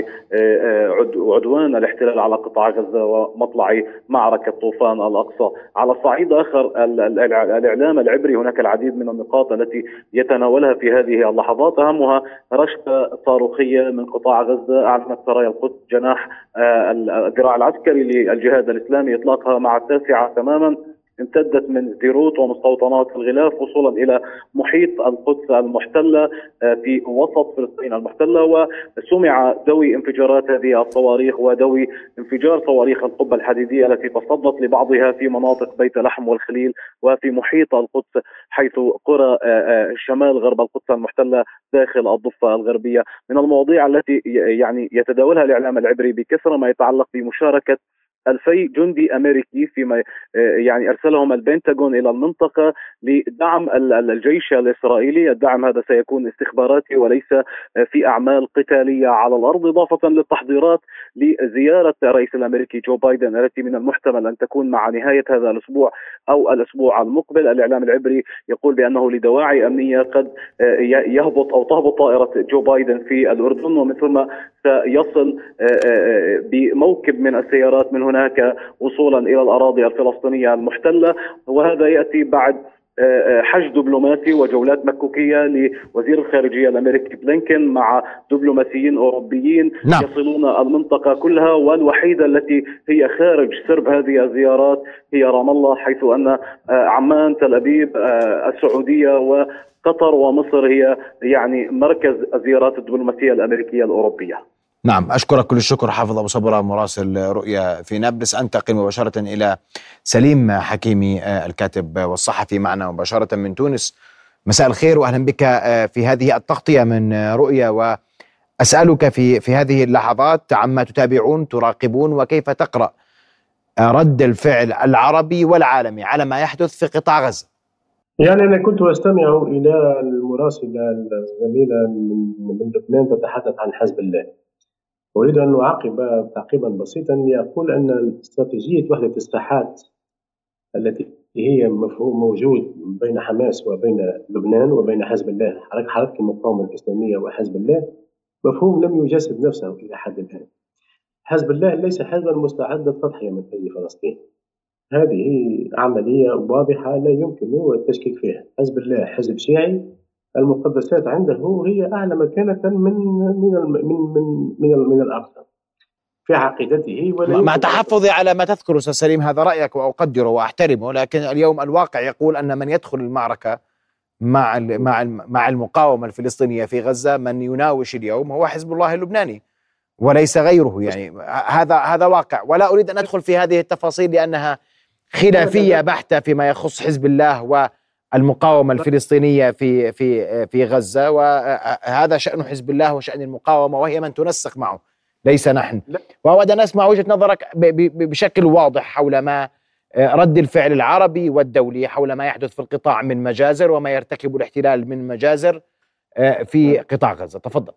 عدوان الاحتلال على قطاع غزة ومطلع معركة طوفان الأقصى. على صعيد آخر الإعلام العبري هناك العديد من النقاط التي يتناولها في هذه اللحظات، أهمها رشقة صاروخية من قطاع غزة أعلنت سرايا القدس جناح الذراع العسكري للجهاد الإسلامي إطلاقها مع التاسعة تماما، امتدت من بيروت ومستوطنات الغلاف وصولا إلى محيط القدس المحتلة في وسط فلسطين المحتلة. وسمع دوي انفجارات هذه الصواريخ ودوي انفجار صواريخ القبة الحديدية التي تصدت لبعضها في مناطق بيت لحم والخليل وفي محيط القدس، حيث قرى شمال غرب القدس المحتلة داخل الضفة الغربية. من المواضيع التي يعني يتداولها الإعلام العبري بكثرة ما يتعلق بمشاركة ألفي جندي أمريكي فيما يعني أرسلهم البنتاغون إلى المنطقة لدعم الجيش الإسرائيلي. الدعم هذا سيكون استخباراتي وليس في أعمال قتالية على الأرض، إضافة للتحضيرات لزيارة الرئيس الأمريكي جو بايدن التي من المحتمل أن تكون مع نهاية هذا الأسبوع أو الأسبوع المقبل. الإعلام العبري يقول بأنه لدواعي أمنية قد يهبط أو تهبط طائرة جو بايدن في الأردن، ومن ثم سيصل بموكب من السيارات من هناك وصولا إلى الأراضي الفلسطينية المحتلة، وهذا يأتي بعد حج دبلوماسي وجولات مكوكية لوزير الخارجية الأمريكي بلينكن مع دبلوماسيين أوروبيين. نعم. يصلون المنطقة كلها، والوحيدة التي هي خارج سرب هذه الزيارات هي رام الله، حيث أن عمان، تل أبيب، السعودية وقطر ومصر هي يعني مركز الزيارات الدبلوماسية الأمريكية الأوروبية. نعم، أشكرك كل الشكر حافظ أبو صبرة مراسل رؤيا في نابلس. أنتقل مباشرة إلى سليم حكيمي الكاتب والصحفي معنا مباشرة من تونس. مساء الخير وأهلا بك في هذه التغطية من رؤيا، وأسألك في في هذه اللحظات عما تتابعون تراقبون وكيف تقرأ رد الفعل العربي والعالمي على ما يحدث في قطاع غزة. يعني أنا كنت أستمع إلى المراسلة الزميلة من لبنان تتحدث عن حزب الله. أريد أن أعقب تعقيبا بسيطا يقول أن استراتيجية وحدة الساحات التي هي مفهوم موجود بين حماس وبين لبنان وبين حزب الله، حركة المقاومة الإسلامية وحزب الله، مفهوم لم يجسد نفسه إلى حد الآن. حزب الله ليس حزبا مستعد للتضحية من أجل فلسطين، هذه عملية واضحة لا يمكن التشكيك فيها. حزب الله حزب شيعي، المقدسات عنده هي أعلى مكانة من من من من من, من الأقصى في عقيدته. مع تحفظي على ما تذكر أستاذ سليم، هذا رأيك وأقدره وأحترمه، لكن اليوم الواقع يقول أن من يدخل المعركة مع مع مع المقاومة الفلسطينية في غزة، من يناوش اليوم هو حزب الله اللبناني وليس غيره. يعني هذا هذا واقع، ولا أريد أن أدخل في هذه التفاصيل لأنها خلافية بحتة فيما يخص حزب الله والمقاومة الفلسطينية في في في غزة، وهذا شأن حزب الله وشأن المقاومة، وهي من تنسق معه ليس نحن. وأود أن أسمع وجهة نظرك بشكل واضح حول ما رد الفعل العربي والدولي حول ما يحدث في القطاع من مجازر وما يرتكب الاحتلال من مجازر في قطاع غزة. تفضل.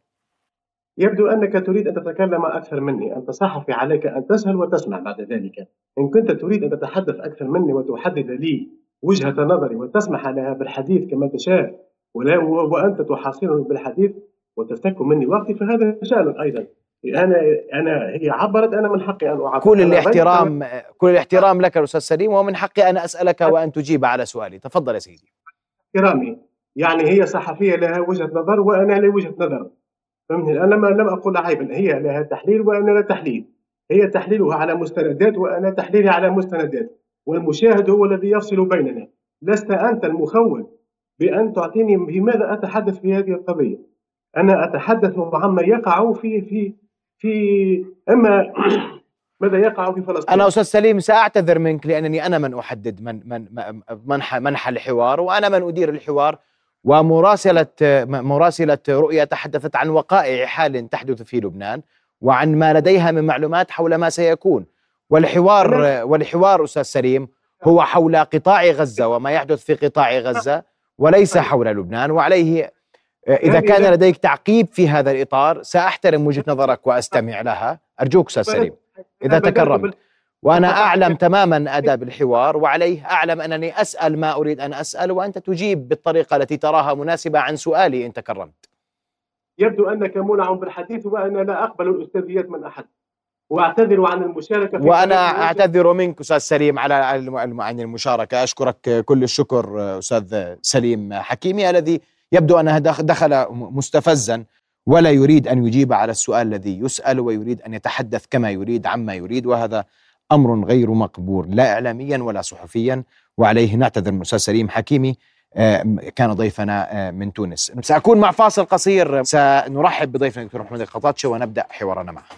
يبدو أنك تريد أن تتكلم أكثر مني، أنت صحفي، عليك أن تسأل وتسمع بعد ذلك. إن كنت تريد أن تتحدث أكثر مني وتحدد لي وجهة نظري وتسمح لها بالحديث كما تشاء، ولا وأنت تحاصرني بالحديث وتفتك مني وقتي، فهذا شأن أيضا. أنا أنا هي عبرت، أنا من حقي أن أعبر. كل الاحترام كل الاحترام لك الأستاذ سليم، ومن حقي أن أسألك وأن تجيب على سؤالي. تفضل يا سيدي. احترامي، يعني هي صحفية لها وجهة نظر وأنا لي وجهة نظر، فهمتني؟ أنا لم لم أقول عيبا، هي لها تحليل وأنا لا تحليل، هي تحليلها على مستندات وأنا تحليلي على مستندات، والمشاهد هو الذي يفصل بيننا. لست أنت المخول بأن تعطيني بماذا أتحدث في هذه القضية. أنا أتحدث عما يقع في في في إما ماذا يقع في فلسطين. أنا أستاذ سليم سأعتذر منك، لأنني أنا من أحدد من من منح منح الحوار، وأنا من أدير الحوار، ومراسلة مراسلة رؤيا تحدثت عن وقائع حال تحدث في لبنان وعن ما لديها من معلومات حول ما سيكون، والحوار والحوار أستاذ سليم هو حول قطاع غزة وما يحدث في قطاع غزة وليس حول لبنان. وعليه إذا كان لديك تعقيب في هذا الإطار سأحترم وجهة نظرك وأستمع لها. أرجوك أستاذ سليم إذا تكرمت. وأنا أعلم تماما آداب الحوار، وعليه أعلم أنني أسأل ما أريد أن أسأل، وأنت تجيب بالطريقة التي تراها مناسبة عن سؤالي إن تكرمت. يبدو أنك مولع بالحديث وأنا لا أقبل الأستاذيات من أحد، وأعتذر عن المشاركة. وأنا أعتذر منك أستاذ سليم على عن المشاركة. أشكرك كل الشكر أستاذ سليم حكيمي، الذي يبدو أنه دخل مستفزا ولا يريد أن يجيب على السؤال الذي يسأل، ويريد أن يتحدث كما يريد عما يريد، وهذا أمر غير مقبول لا إعلاميا ولا صحفيا. وعليه نعتذر من الأستاذ سليم حكيمي، كان ضيفنا من تونس. سأكون مع فاصل قصير، سنرحب بضيفنا الدكتور محمد القطاتشي ونبدأ حوارنا معه.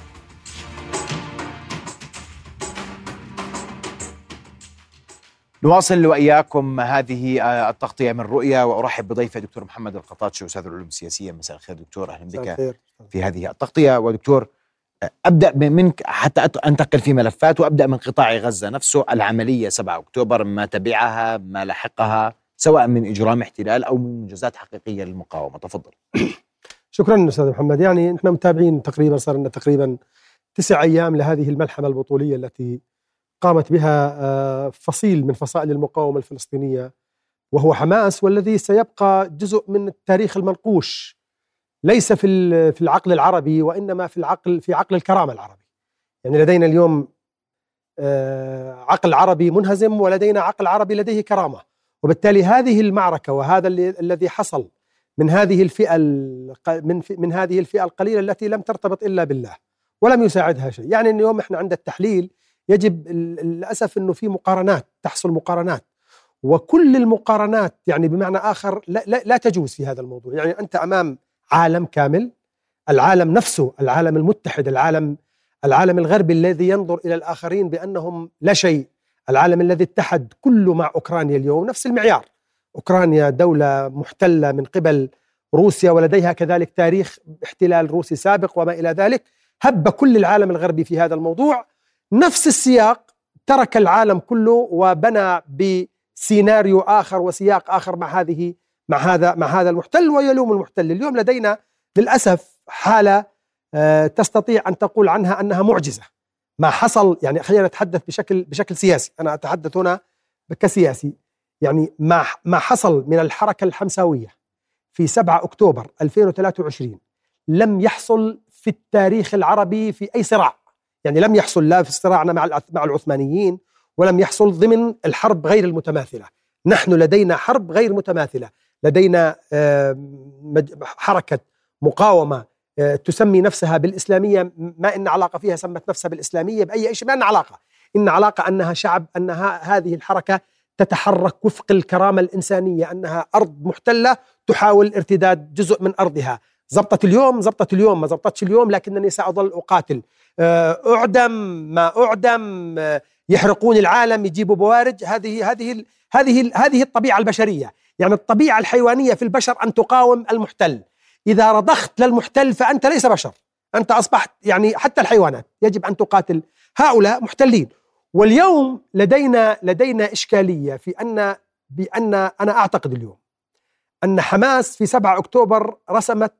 نواصل وإياكم هذه التغطية من رؤيا، وأرحب بضيفي دكتور محمد القطاتشي أستاذ العلوم السياسية. مساء الخير دكتور، أهلا بك في هذه التغطية. ودكتور أبدأ منك حتى أنتقل في ملفات، وأبدأ من قطاع غزة نفسه. العملية سبعة أكتوبر، ما تبعها ما لحقها سواء من إجرام احتلال أو من منجزات حقيقية للمقاومة. تفضل. شكرا أستاذ محمد. يعني نحن متابعين تقريبا، صار لنا تقريبا تسع أيام لهذه الملحمة البطولية التي قامت بها فصيل من فصائل المقاومة الفلسطينية وهو حماس، والذي سيبقى جزء من التاريخ المنقوش ليس في في العقل العربي، وإنما في العقل في عقل الكرامة العربي. يعني لدينا اليوم عقل عربي منهزم، ولدينا عقل عربي لديه كرامة. وبالتالي هذه المعركة وهذا الذي حصل من هذه الفئة من من هذه الفئة القليلة التي لم ترتبط إلا بالله ولم يساعدها شيء. يعني اليوم احنا عند التحليل يجب للأسف أنه في مقارنات تحصل مقارنات، وكل المقارنات يعني بمعنى آخر لا, لا, لا تجوز في هذا الموضوع. يعني أنت أمام عالم كامل، العالم نفسه، العالم المتحد، العالم العالم الغربي الذي ينظر إلى الآخرين بأنهم لا شيء، العالم الذي اتحد كله مع أوكرانيا اليوم نفس المعيار. أوكرانيا دولة محتلة من قبل روسيا، ولديها كذلك تاريخ احتلال روسي سابق وما إلى ذلك. هب كل العالم الغربي في هذا الموضوع، نفس السياق ترك العالم كله وبنى بسيناريو آخر وسياق آخر مع هذه مع هذا مع هذا المحتل ويلوم المحتل. اليوم لدينا للأسف حالة تستطيع أن تقول عنها أنها معجزة ما حصل. يعني خلينا نتحدث بشكل بشكل سياسي، أنا أتحدث هنا كسياسي. يعني ما ما حصل من الحركة الحمساوية في سبعة أكتوبر ألفين وثلاثة وعشرين لم يحصل في التاريخ العربي في أي صراع. يعني لم يحصل لا في صراعنا مع مع العثمانيين، ولم يحصل ضمن الحرب غير المتماثلة. نحن لدينا حرب غير متماثلة، لدينا حركة مقاومة تسمي نفسها بالإسلامية، ما إن علاقة فيها سمت نفسها بالإسلامية بأي شيء، ما إن علاقة إن علاقة أنها شعب، أنها هذه الحركة تتحرك وفق الكرامة الإنسانية، أنها أرض محتلة تحاول ارتداد جزء من أرضها. زبطت اليوم زبطت اليوم ما زبطتش اليوم، لكنني سأظل أقاتل. أعدم ما أعدم، يحرقون العالم، يجيبوا بوارج. هذه هذه هذه هذه الطبيعة البشرية. يعني الطبيعة الحيوانية في البشر أن تقاوم المحتل. إذا رضخت للمحتل فأنت ليس بشر، أنت أصبحت يعني حتى الحيوانات يجب أن تقاتل هؤلاء محتلين. واليوم لدينا لدينا إشكالية في أن بأن أنا أعتقد اليوم أن حماس في سبعة أكتوبر رسمت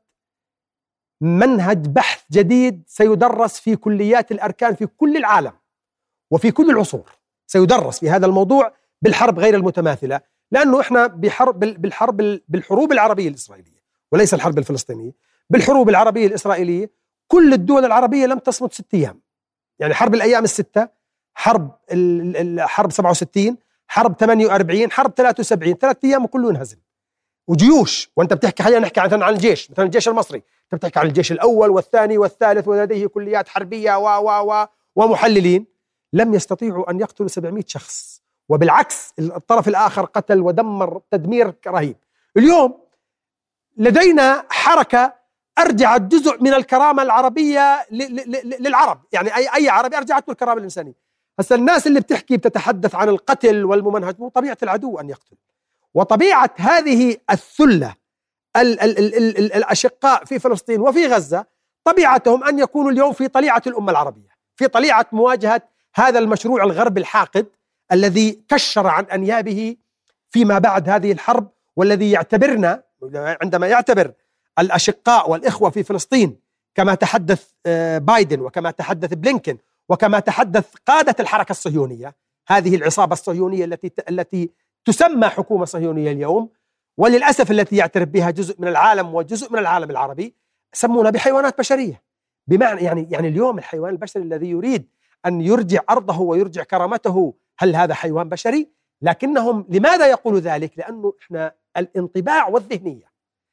منهج بحث جديد سيدرس في كليات الأركان في كل العالم وفي كل العصور، سيدرس في هذا الموضوع بالحرب غير المتماثلة. لأنه إحنا بحرب بالحرب بالحروب العربية الإسرائيلية وليس الحرب الفلسطينية، بالحروب العربية الإسرائيلية كل الدول العربية لم تصمد ست أيام. يعني حرب الأيام الستة، حرب حرب سبعة وستين، حرب ثمانية وأربعين، حرب ثلاثة وسبعين، ثلاث أيام وكله انهزم. وجيوش، وأنت بتحكي خلينا نحكي عن عن الجيش، مثلا الجيش المصري، أنت بتحكي عن الجيش الأول والثاني والثالث ولديه كليات حربية و و و ومحللين، لم يستطيعوا أن يقتلوا سبعمائة شخص، وبالعكس الطرف الآخر قتل ودمر تدمير رهيب. اليوم لدينا حركة أرجعت جزء من الكرامة العربية للعرب، يعني أي أي عربي أرجعت له الكرامة الإنسانية. هسه الناس اللي بتحكي بتتحدث عن القتل والممنهج، طبيعة العدو أن يقتل، وطبيعة هذه الثلة ال ال ال ال ال الأشقاء في فلسطين وفي غزة طبيعتهم أن يكونوا اليوم في طليعة الأمة العربية، في طليعة مواجهة هذا المشروع الغرب الحاقد الذي كشر عن أنيابه فيما بعد هذه الحرب، والذي يعتبرنا عندما يعتبر الأشقاء والإخوة في فلسطين كما تحدث بايدن وكما تحدث بلينكن وكما تحدث قادة الحركة الصهيونية، هذه العصابة الصهيونية التي التي تسمى حكومة صهيونية اليوم، وللأسف التي يعترف بها جزء من العالم وجزء من العالم العربي، سمونا بحيوانات بشرية. بمعنى يعني يعني اليوم الحيوان البشري الذي يريد أن يرجع أرضه ويرجع كرامته، هل هذا حيوان بشري؟ لكنهم لماذا يقولوا ذلك؟ لأنه إحنا الانطباع والذهنية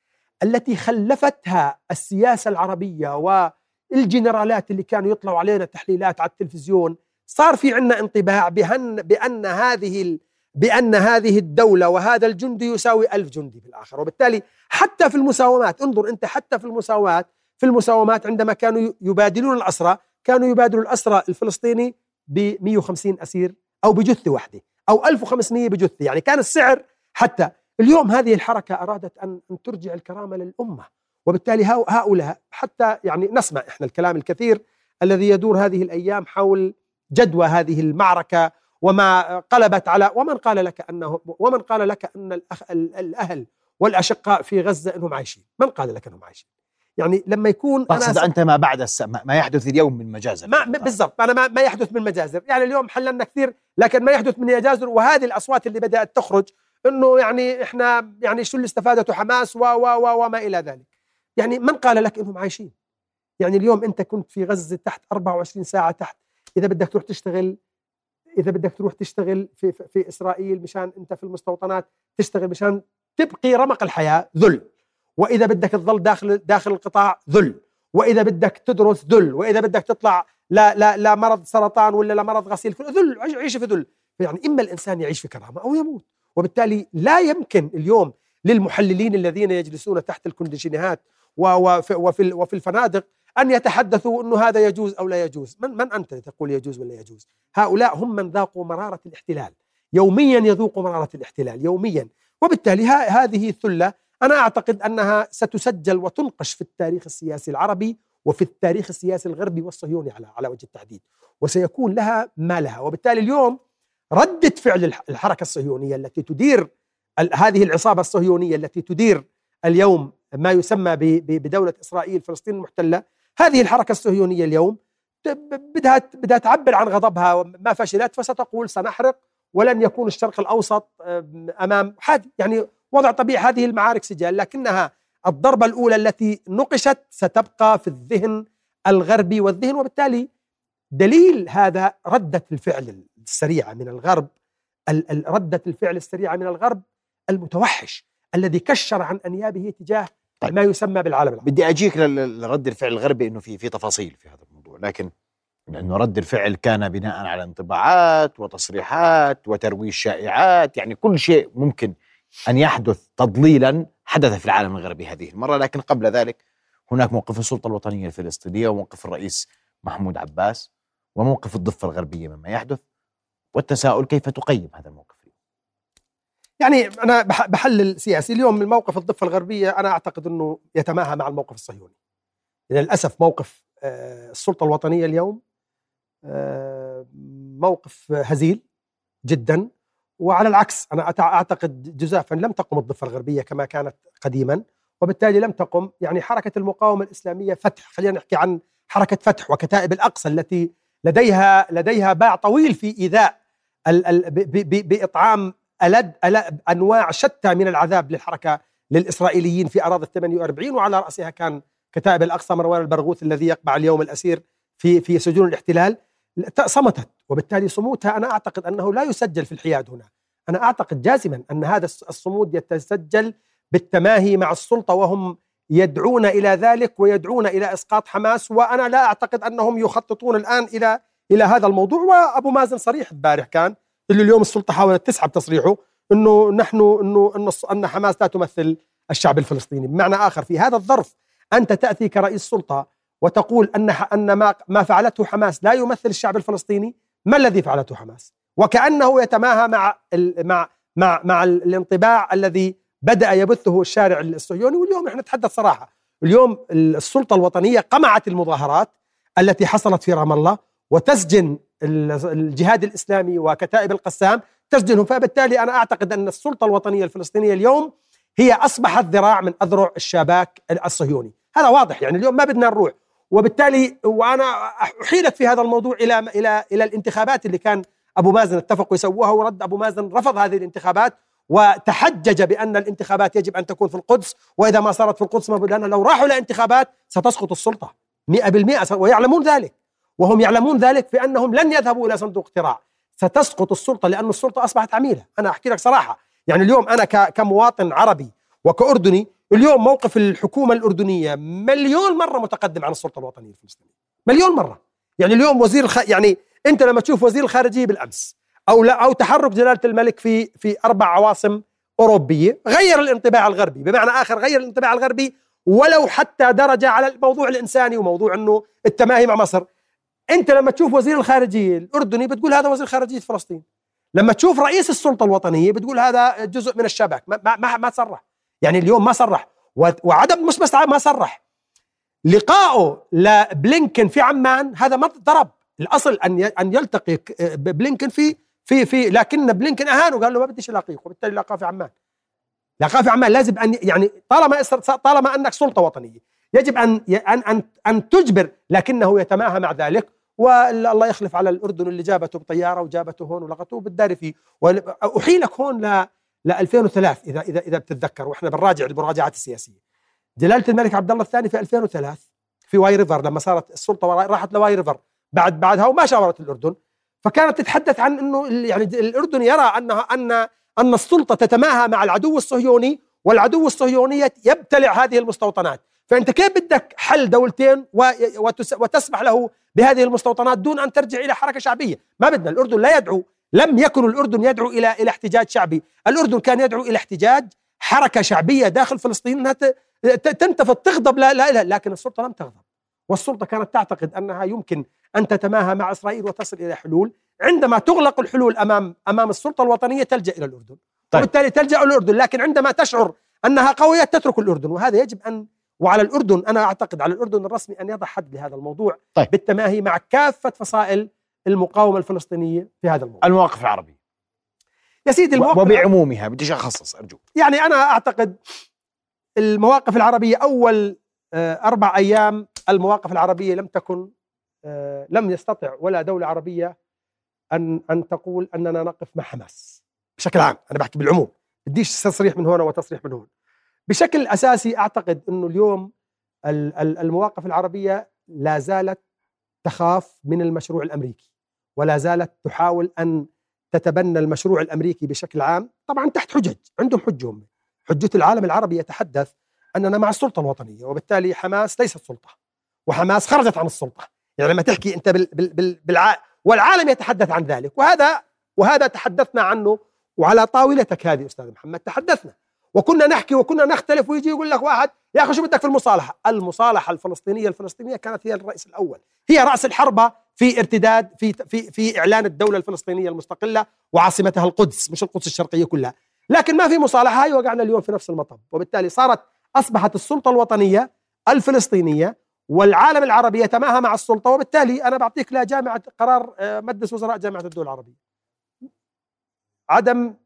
التي خلفتها السياسة العربية والجنرالات اللي كانوا يطلعوا علينا تحليلات على التلفزيون، صار في عنا انطباع بأن بأن هذه بأن هذه الدولة وهذا الجندي يساوي ألف جندي في الآخر. وبالتالي حتى في المساومات، انظر أنت حتى في المساومات في المساومات عندما كانوا يبادلون الأسرى، كانوا يبادلوا الأسرى الفلسطيني ب مئة وخمسين أسير أو بجثة واحدة أو ألف وخمسمائة بجثة، يعني كان السعر. حتى اليوم هذه الحركة أرادت أن ترجع الكرامة للأمة، وبالتالي هؤلاء حتى يعني نسمع إحنا الكلام الكثير الذي يدور هذه الأيام حول جدوى هذه المعركة وما قلبت على ومن قال لك أنه ومن قال لك أن الأخ الأهل والأشقاء في غزة أنهم عايشين؟ من قال لك أنهم عايشين؟ يعني لما يكون أقصد أنت ما بعد الس... ما يحدث اليوم من مجازر، ما بالضبط أنا ما, ما يحدث من مجازر، يعني اليوم حللنا كثير لكن ما يحدث من مجازر. وهذه الأصوات اللي بدأت تخرج إنه يعني إحنا يعني شو اللي استفادته حماس و و و وما إلى ذلك. يعني من قال لك انهم عايشين؟ يعني اليوم انت كنت في غزه تحت أربعة وعشرين ساعه تحت، اذا بدك تروح تشتغل اذا بدك تروح تشتغل في في, في اسرائيل مشان انت في المستوطنات تشتغل مشان تبقي رمق الحياه ذل، واذا بدك تظل داخل داخل القطاع ذل، واذا بدك تدرس ذل، واذا بدك تطلع لا لا لا مرض سرطان ولا لا مرض غسيل كلى ذل، عيش في ذل. يعني اما الانسان يعيش في كرامه او يموت. وبالتالي لا يمكن اليوم للمحللين الذين يجلسون تحت الكونديشنات وفي وفي وفي الفنادق ان يتحدثوا انه هذا يجوز او لا يجوز. من من انت تقول يجوز ولا يجوز؟ هؤلاء هم من ذاقوا مراره الاحتلال، يوميا يذوقوا مراره الاحتلال يوميا. وبالتالي هذه الثله انا اعتقد انها ستسجل وتنقش في التاريخ السياسي العربي وفي التاريخ السياسي الغربي والصهيوني على على وجه التحديد، وسيكون لها ما لها. وبالتالي اليوم ردة فعل الحركة الصهيونية التي تدير هذه العصابة الصهيونية التي تدير اليوم ما يسمى بدولة إسرائيل فلسطين المحتلة، هذه الحركة الصهيونية اليوم بدها بدها تعبر عن غضبها، ما فشلت فستقول سنحرق ولن يكون الشرق الأوسط أمام حد، يعني وضع طبيعي. هذه المعارك سجال، لكنها الضربة الأولى التي نقشت ستبقى في الذهن الغربي والذهن. وبالتالي دليل هذا ردة الفعل السريعة من الغرب، ردة الفعل السريعة من الغرب المتوحش الذي كشر عن أنيابه تجاه طيب. ما يسمى بالعالم العربي. بدي أجيك لرد الفعل الغربي إنه في في تفاصيل في هذا الموضوع، لكن لأنه رد الفعل كان بناء على انطباعات وتصريحات وترويج شائعات، يعني كل شيء ممكن أن يحدث تضليلا حدث في العالم الغربي هذه المرة. لكن قبل ذلك هناك موقف السلطة الوطنية الفلسطينية وموقف الرئيس محمود عباس وموقف الضفة الغربية مما يحدث، والتساؤل كيف تقيم هذا الموقف؟ يعني أنا بحلل سياسي اليوم من موقف الضفة الغربية، أنا أعتقد أنه يتماهى مع الموقف الصهيوني. للأسف موقف السلطة الوطنية اليوم موقف هزيل جدا، وعلى العكس أنا أعتقد جزافا لم تقم الضفة الغربية كما كانت قديما، وبالتالي لم تقم يعني حركة المقاومة الإسلامية فتح. خلينا نحكي عن حركة فتح وكتائب الأقصى التي لديها لديها باع طويل في إيذاء ال ال بإطعام ألد ألد أنواع شتى من العذاب للحركة للإسرائيليين في أراضي الثمانية وأربعين، وعلى رأسها كان كتائب الأقصى مروان البرغوث الذي يقبع اليوم الأسير في في سجون الاحتلال. صمتت، وبالتالي صمودها أنا أعتقد أنه لا يسجل في الحياد هنا. أنا أعتقد جازما أن هذا الصمود يتسجل بالتماهي مع السلطة، وهم يدعون إلى ذلك ويدعون إلى إسقاط حماس، وأنا لا أعتقد أنهم يخططون الآن إلى إلى هذا الموضوع. وأبو مازن صريح البارح كان اللي اليوم السلطة حاولت تسحب تصريحه إنه نحن إنه إنه أن حماس لا تمثل الشعب الفلسطيني. بمعنى آخر في هذا الظرف أنت تأتي كرئيس سلطة وتقول أن أن ما ما فعلته حماس لا يمثل الشعب الفلسطيني. ما الذي فعلته حماس؟ وكأنه يتماهى مع مع مع مع الانطباع الذي بدأ يبثه الشارع الصهيوني. واليوم احنا نتحدث صراحة، اليوم السلطة الوطنية قمعت المظاهرات التي حصلت في رام الله وتسجن الجهاد الإسلامي وكتائب القسام، تسجنهم. فبالتالي أنا أعتقد أن السلطة الوطنية الفلسطينية اليوم هي أصبحت ذراع من أذرع الشباك الصهيوني. هذا واضح، يعني اليوم ما بدنا نروح. وبالتالي وأنا أحيلك في هذا الموضوع إلى إلى إلى الانتخابات اللي كان أبو مازن اتفقوا يسووها، ورد أبو مازن رفض هذه الانتخابات وتحجج بأن الانتخابات يجب أن تكون في القدس، وإذا ما صارت في القدس ما لأن لو راحوا لانتخابات ستسقط السلطة مئة بالمئة، ويعلمون ذلك، وهم يعلمون ذلك في أنهم لن يذهبوا إلى صندوق اقتراع. ستسقط السلطة لأن السلطة أصبحت عميلة. أنا أحكي لك صراحة، يعني اليوم أنا كمواطن عربي وكأردني، اليوم موقف الحكومة الأردنية مليون مرة متقدم عن السلطة الوطنية الفلسطينية، مليون مرة. يعني اليوم وزير الخ... يعني أنت لما تشوف وزير الخارجية بالأمس أو لا أو تحرك جلالة الملك في في أربع عواصم أوروبية غير الانطباع الغربي. بمعنى آخر غير الانطباع الغربي ولو حتى درجة على الموضوع الإنساني وموضوع أنه التماهي مع مصر. أنت لما تشوف وزير الخارجية الأردني بتقول هذا وزير خارجية فلسطين، لما تشوف رئيس السلطة الوطنية بتقول هذا جزء من الشباك. ما ما ما صرح، يعني اليوم ما صرح، وعدم مش بس ما صرح، لقائه لبلينكن في عمان هذا ما ضرب. الأصل أن ان يلتقي بلينكن في في في لكن بلينكن أهانه وقال له ما بديش ألاقيك، وبالتالي لقاه في عمان. لقاه في عمان لازم أن يعني طالما طالما أنك سلطة وطنية يجب أن أن أن, أن تجبر، لكنه يتماهى مع ذلك. والله يخلف على الأردن اللي جابته بطيارة وجابته هون ولقطوه بالدار فيه. وأحيلك هون ل ل ألفين وثلاثة إذا إذا إذا بتتذكر، وإحنا بنراجع المراجعات السياسية. جلالة الملك عبد الله الثاني في ألفين وثلاثة في واي ريفر، لما صارت السلطة راحت لواي ريفر بعد بعدها وما شاورت الأردن، فكانت تتحدث عن أنه يعني الأردن يرى أنها أن أن السلطة تتماهى مع العدو الصهيوني، والعدو الصهيوني يبتلع هذه المستوطنات. فأنت كيف بدك حل دولتين وتسمح له بهذه المستوطنات دون أن ترجع إلى حركة شعبية؟ ما بدنا. الأردن لا يدعو، لم يكن الأردن يدعو إلى إلى احتجاج شعبي، الأردن كان يدعو إلى احتجاج حركة شعبية داخل فلسطين أنها تنتفض تغضب. لا لا لا لكن السلطة لم تغضب، والسلطة كانت تعتقد أنها يمكن أن تتماهى مع إسرائيل وتصل إلى حلول. عندما تغلق الحلول أمام أمام السلطة الوطنية تلجأ إلى الأردن، طيب. وبالتالي تلجأ إلى الأردن، لكن عندما تشعر أنها قوية تترك الأردن. وهذا يجب أن، وعلى الأردن، أنا أعتقد على الأردن الرسمي أن يضع حد لهذا الموضوع، طيب. بالتماهي مع كافة فصائل المقاومة الفلسطينية في هذا الموضوع. المواقف العربية يا سيدي، المواقف وبعمومها، بديش أخصص أرجو. يعني أنا أعتقد المواقف العربية أول أربع أيام المواقف العربية لم تكن لم يستطع ولا دولة عربية أن أن تقول أننا نقف مع حماس بشكل عام. أنا بحكي بالعموم، بديش تصريح من هنا وتصريح من هون. بشكل أساسي أعتقد أنه اليوم المواقف العربية لا زالت تخاف من المشروع الأمريكي، ولا زالت تحاول أن تتبنى المشروع الأمريكي بشكل عام، طبعا تحت حجج، عندهم حجهم. حجة العالم العربي يتحدث أننا مع السلطة الوطنية، وبالتالي حماس ليست سلطة، وحماس خرجت عن السلطة. يعني لما تحكي أنت بال بال بال بالع... والعالم يتحدث عن ذلك، وهذا وهذا تحدثنا عنه، وعلى طاولتك هذه أستاذ محمد تحدثنا وكنا نحكي وكنا نختلف، ويجي يقول لك واحد يا أخي شو بدك في المصالحة؟ المصالحة الفلسطينية الفلسطينية كانت هي الرئيس الأول، هي رأس الحربة في ارتداد في في في إعلان الدولة الفلسطينية المستقلة وعاصمتها القدس، مش القدس الشرقية كلها. لكن ما في مصالحة، هاي وقعنا اليوم في نفس المطب. وبالتالي صارت أصبحت السلطة الوطنية الفلسطينية والعالم العربي يتماهى مع السلطة. وبالتالي أنا بعطيك لا جامعة قرار مجلس وزراء جامعة الدول العربية عدم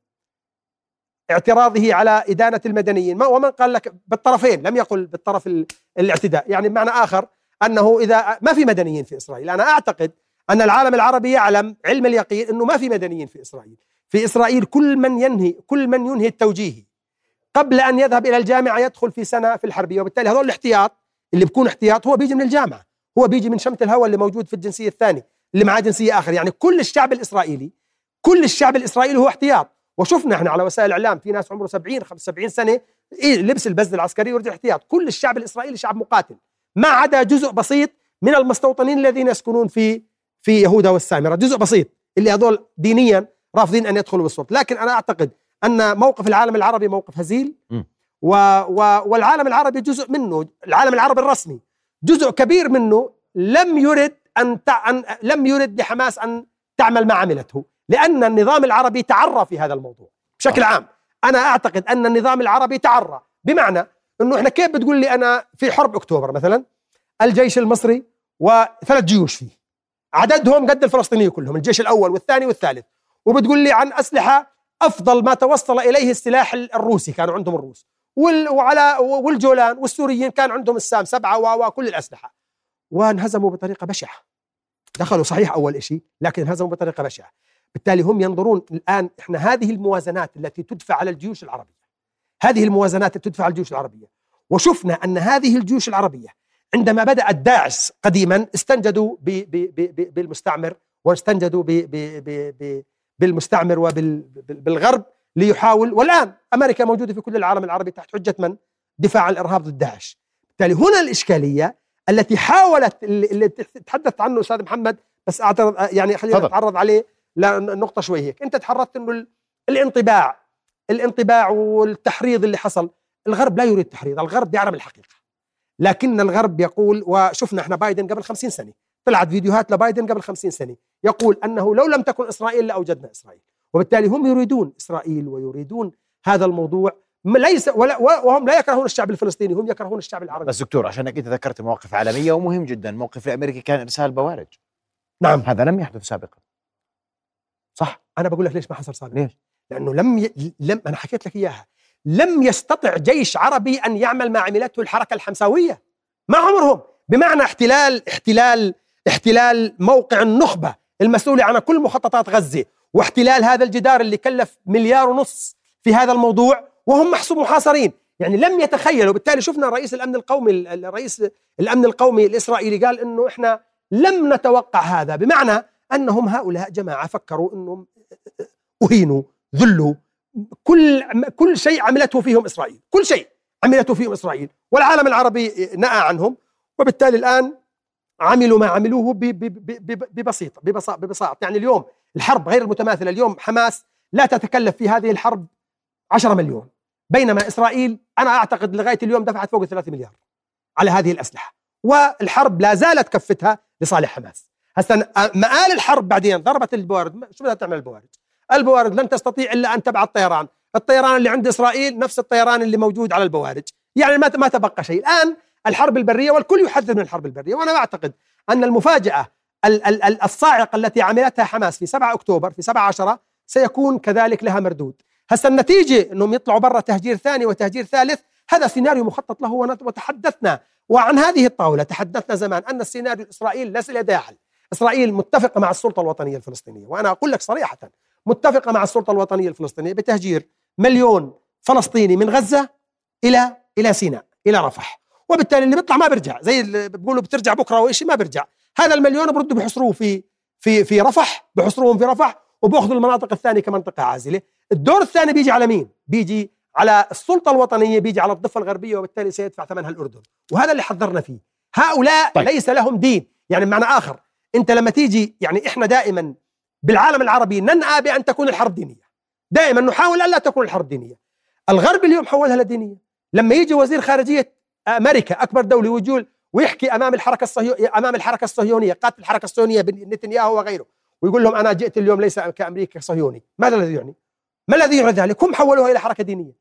اعتراضه على إدانة المدنيين، ومن قال لك بالطرفين، لم يقل بالطرف الاعتداء، يعني بمعنى آخر أنه إذا ما في مدنيين في إسرائيل. أنا أعتقد أن العالم العربي يعلم علم اليقين أنه ما في مدنيين في إسرائيل. في إسرائيل كل من ينهي كل من ينهي التوجيهي قبل أن يذهب إلى الجامعة يدخل في سنة في الحربية. وبالتالي هذول الاحتياط اللي بيكون احتياط هو بيجي من الجامعة، هو بيجي من شمة الهواء اللي موجود في الجنسية الثانية اللي معاه جنسية آخر. يعني كل الشعب الإسرائيلي كل الشعب الإسرائيلي هو احتياط. وشفنا احنا على وسائل الإعلام في ناس عمره سبعين خمسة وسبعين سنة إيه لبس البزل العسكري ورجع احتياط. كل الشعب الإسرائيلي شعب مقاتل، ما عدا جزء بسيط من المستوطنين الذين يسكنون في في يهودا والسامرة، جزء بسيط اللي هذول دينيا رافضين أن يدخلوا بالسلطة. لكن أنا أعتقد أن موقف العالم العربي موقف هزيل، و و والعالم العربي جزء منه، العالم العربي الرسمي جزء كبير منه لم يرد أن, تع... أن لم يرد لحماس أن تعمل ما عملته، لأن النظام العربي تعرى في هذا الموضوع بشكل عام. أنا أعتقد أن النظام العربي تعرى، بمعنى أنه إحنا كيف بتقول لي أنا في حرب أكتوبر مثلا الجيش المصري وثلاث جيوش فيه عددهم قد الفلسطينيين كلهم، الجيش الأول والثاني والثالث، وبتقول لي عن أسلحة أفضل ما توصل إليه السلاح الروسي، كانوا عندهم الروس، وعلى والجولان والسوريين كان عندهم السام سبعة وكل الأسلحة، وانهزموا بطريقة بشعة. دخلوا صحيح أول إشي لكن انهزموا بطريقة بشعة. بالتالي هم ينظرون الآن، إحنا هذه الموازنات التي تدفع على الجيوش العربية، هذه الموازنات التي تدفع على الجيوش العربية، وشفنا أن هذه الجيوش العربية عندما بدأت داعش قديما استنجدوا ب ب ب بالمستعمر، واستنجدوا ب ب ب بالمستعمر وبالغرب ليحاول، والآن أمريكا موجودة في كل العالم العربي تحت حجة من؟ دفاع عن الإرهاب ضد داعش. بالتالي هنا الإشكالية التي حاولت اللي تحدثت عنه أستاذ محمد، بس أعترض يعني خلينا نتعرض عليه لنقطة شوي هيك. أنت تحرضت إنه الانطباع الانطباع والتحريض اللي حصل، الغرب لا يريد تحريض، الغرب يعلم الحقيقة، لكن الغرب يقول، وشفنا احنا بايدن قبل خمسين سنة طلعت فيديوهات لبايدن قبل خمسين سنة يقول أنه لو لم تكن إسرائيل لأوجدنا إسرائيل. وبالتالي هم يريدون إسرائيل ويريدون هذا الموضوع، ليس ولا وهم لا يكرهون الشعب الفلسطيني، هم يكرهون الشعب العربي. بس دكتور عشانك أنت ذكرت مواقف عالمية ومهم جدا، موقف الأمريكي كان إرسال بوارج. نعم، هذا لم يحدث سابقا، صح؟ أنا بقول لك ليش ما حصل سابقا؟ ليش؟ لأنه لم ي... لم أنا حكيت لك إياها، لم يستطع جيش عربي أن يعمل ما عملته الحركة الحمساوية، ما عمرهم، بمعنى احتلال احتلال احتلال موقع النخبة المسؤولة عن كل مخططات غزة، واحتلال هذا الجدار اللي كلف مليار ونص في هذا الموضوع وهم محسوب محاصرين. يعني لم يتخيلوا. بالتالي شفنا رئيس الأمن القومي الرئيس الأمن القومي الإسرائيلي قال إنه إحنا لم نتوقع هذا، بمعنى أنهم هؤلاء جماعة فكروا إنهم أهينوا ذلوا، كل كل شيء عملته فيهم إسرائيل، كل شيء عملته فيهم إسرائيل، والعالم العربي نأى عنهم، وبالتالي الآن عملوا ما عملوه ببسيطة ببساطة. يعني اليوم الحرب غير المتماثلة، اليوم حماس لا تتكلف في هذه الحرب عشرة مليون، بينما إسرائيل أنا أعتقد لغاية اليوم دفعت فوق ثلاثة مليار على هذه الأسلحة، والحرب لا زالت كفتها لصالح حماس. هسه مآل الحرب بعدين ضربت البوارد، شو بدها تعمل البوارد؟ البوارد لن تستطيع إلا أن تبعث طيران، الطيران اللي عند إسرائيل نفس الطيران اللي موجود على البوارج، يعني ما ما تبقى شيء. الآن الحرب البرية، والكل يحذر من الحرب البرية، وأنا أعتقد أن المفاجأة الصاعقة التي عملتها حماس في سبعة أكتوبر في سبعة عشرة سيكون كذلك لها مردود. هسه النتيجة أنهم يطلعوا برا تهجير ثاني وتهجير ثالث، هذا سيناريو مخطط له، وتحدثنا وعن هذه الطاولة تحدثنا زمان أن السيناريو الإسرائيلي ليس له داعي. إسرائيل متفقة مع السلطة الوطنية الفلسطينية، وأنا أقول لك صريحة متفقة مع السلطة الوطنية الفلسطينية بتهجير مليون فلسطيني من غزة إلى إلى سيناء إلى رفح، وبالتالي اللي بيطلع ما بيرجع، زي اللي بيقولوا بترجع بكرة وإشي ما بيرجع. هذا المليون بردوا بيحصروه في في في رفح، بيحصروهم في رفح وبأخذوا المناطق الثانية كمنطقة عازلة. الدور الثاني بيجي على مين؟ بيجي على السلطة الوطنية، بيجي على الضفة الغربية، وبالتالي سيدفع ثمنها الأردن، وهذا اللي حذرنا فيه. هؤلاء طيب. ليس لهم دين، يعني بمعنى آخر أنت لما تيجي، يعني إحنا دائما بالعالم العربي ننأى بأن تكون الحرب دينية، دائما نحاول ألا تكون الحرب دينية. الغرب اليوم حولها لدينية. لما يجي وزير خارجية أمريكا أكبر دولة ويجول ويحكي أمام الحركة الصهيونية أمام الحركة الصهيونية قاتل الحركة الصهيونية نتنياهو وغيره، ويقول لهم أنا جئت اليوم ليس كأمريكا صهيوني، ماذا الذي يعني؟ ما الذي يعني ذلك؟ هم حولوها إلى حركة دينية.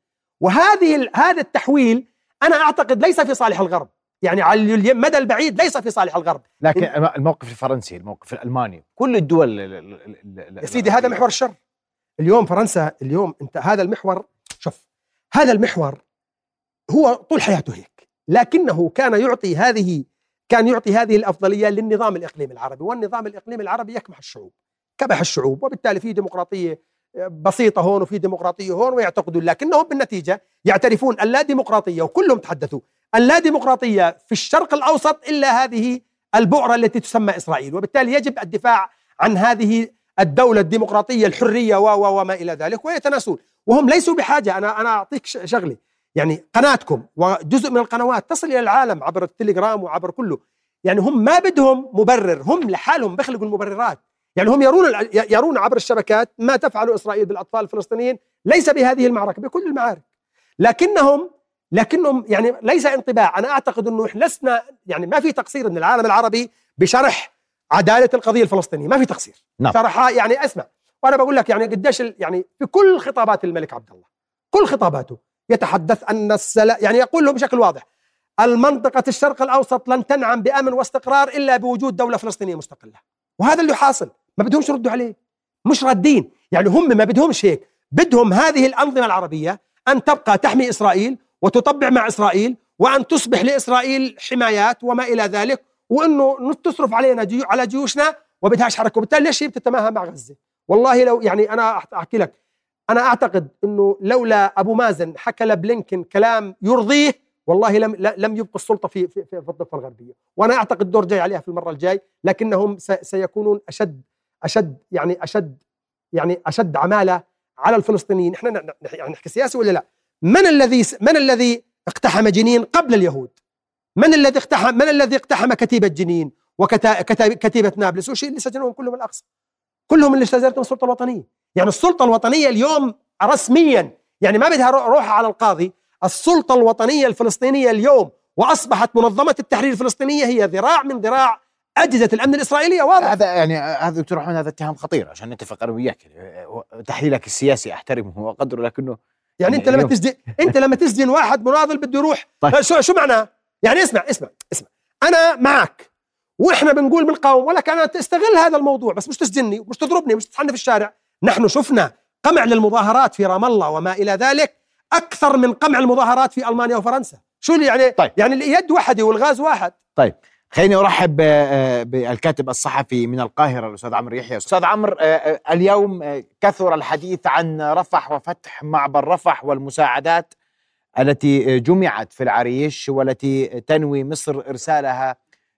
وهذه هذا التحويل أنا أعتقد ليس في صالح الغرب، يعني على المدى البعيد ليس في صالح الغرب. لكن الموقف الفرنسي، الموقف الألماني، كل الدول يا سيدي هذا محور الشر. اليوم فرنسا، اليوم أنت هذا المحور، شوف هذا المحور هو طول حياته هيك، لكنه كان يعطي هذه كان يعطي هذه الأفضلية للنظام الإقليمي العربي، والنظام الإقليمي العربي يكبح الشعوب، كبح الشعوب، وبالتالي في ديمقراطية بسيطة هون وفي ديمقراطية هون، ويعتقدون، لكنهم بالنتيجة يعترفون أن لا ديمقراطية، وكلهم تحدثوا أن لا ديمقراطية في الشرق الأوسط إلا هذه البؤرة التي تسمى إسرائيل، وبالتالي يجب الدفاع عن هذه الدولة الديمقراطية الحرية و وما إلى ذلك، ويتناسون. وهم ليسوا بحاجة. أنا أنا أعطيك شغلة، يعني قناتكم وجزء من القنوات تصل إلى العالم عبر التليجرام وعبر كله، يعني هم ما بدهم مبرر، هم لحالهم بيخلقوا المبررات. يعني هم يرون يرون عبر الشبكات ما تفعله إسرائيل بالأطفال الفلسطينيين ليس بهذه المعركة، بكل المعارك، لكنهم لكنهم يعني ليس انطباع. أنا أعتقد أنه إحنا لسنا، يعني ما في تقصير من العالم العربي بشرح عدالة القضية الفلسطينية، ما في تقصير. نعم. شرحها يعني أسمع، وأنا بقول لك يعني قديش، يعني في كل خطابات الملك عبد الله، كل خطاباته يتحدث أن السلام، يعني يقول له بشكل واضح المنطقة الشرق الأوسط لن تنعم بأمن واستقرار إلا بوجود دولة فلسطينية مستقلة، وهذا اللي حاصل. ما بدهمش يردوا عليه، مش ردين، يعني هم ما بدهمش هيك، بدهم هذه الأنظمة العربية أن تبقى تحمي إسرائيل وتطبع مع إسرائيل، وأن تصبح لإسرائيل حمايات وما إلى ذلك، وأنه تصرف علينا جيو على جيوشنا وبدهاش حركة. وبالتالي ليش هي بتتماهى مع غزة؟ والله لو يعني أنا أحكي لك، أنا أعتقد أنه لولا أبو مازن حكى لبلينكن كلام يرضيه، والله لم لم يبقى السلطة في في, في الضفة الغربية. وأنا أعتقد الدور جاي عليها في المرة الجاي، لكنهم سيكونون أشد أشد يعني أشد يعني أشد عمالة على الفلسطينيين. إحنا يعني نحكي سياسي ولا لا؟ من الذي من الذي اقتحم جنين قبل اليهود؟ من الذي اقتحم من الذي اقتحم كتيبة جنين وكتيبة نابلس؟ وشيء اللي سجنوهم كلهم الأقصى، كلهم اللي سجنتهم السلطة الوطنية. يعني السلطة الوطنية اليوم رسميا، يعني ما بدها روحها على القاضي، السلطة الوطنية الفلسطينية اليوم، وأصبحت منظمة التحرير الفلسطينية هي ذراع من ذراع أجهزة الأمن الإسرائيلية. واضح هذا، يعني هذا دكتور أحمد هذا اتهام خطير، عشان نتفق أنا وياك، تحليلك السياسي أحترمه وأقدره، لكنه يعني, يعني أنت لما تسجن أنت لما تسجن واحد مناضل بده يروح، طيب. شو شو معناه؟ يعني اسمع اسمع اسمع أنا معك وإحنا بنقول بنقاوم، ولكن أنا تستغل هذا الموضوع، بس مش تسجنني ومش تضربني مش تطحني في الشارع. نحن شفنا قمع للمظاهرات في رام الله وما إلى ذلك أكثر من قمع المظاهرات في ألمانيا وفرنسا. شو اللي يعني؟ طيب. يعني اليد واحدة والغاز واحد. طيب خليني أرحب بالكاتب الصحفي من القاهرة الأستاذ عمرو يحيى. أستاذ عمرو، اليوم كثر الحديث عن رفح وفتح معبر رفح والمساعدات التي جمعت في العريش والتي تنوي مصر إرسالها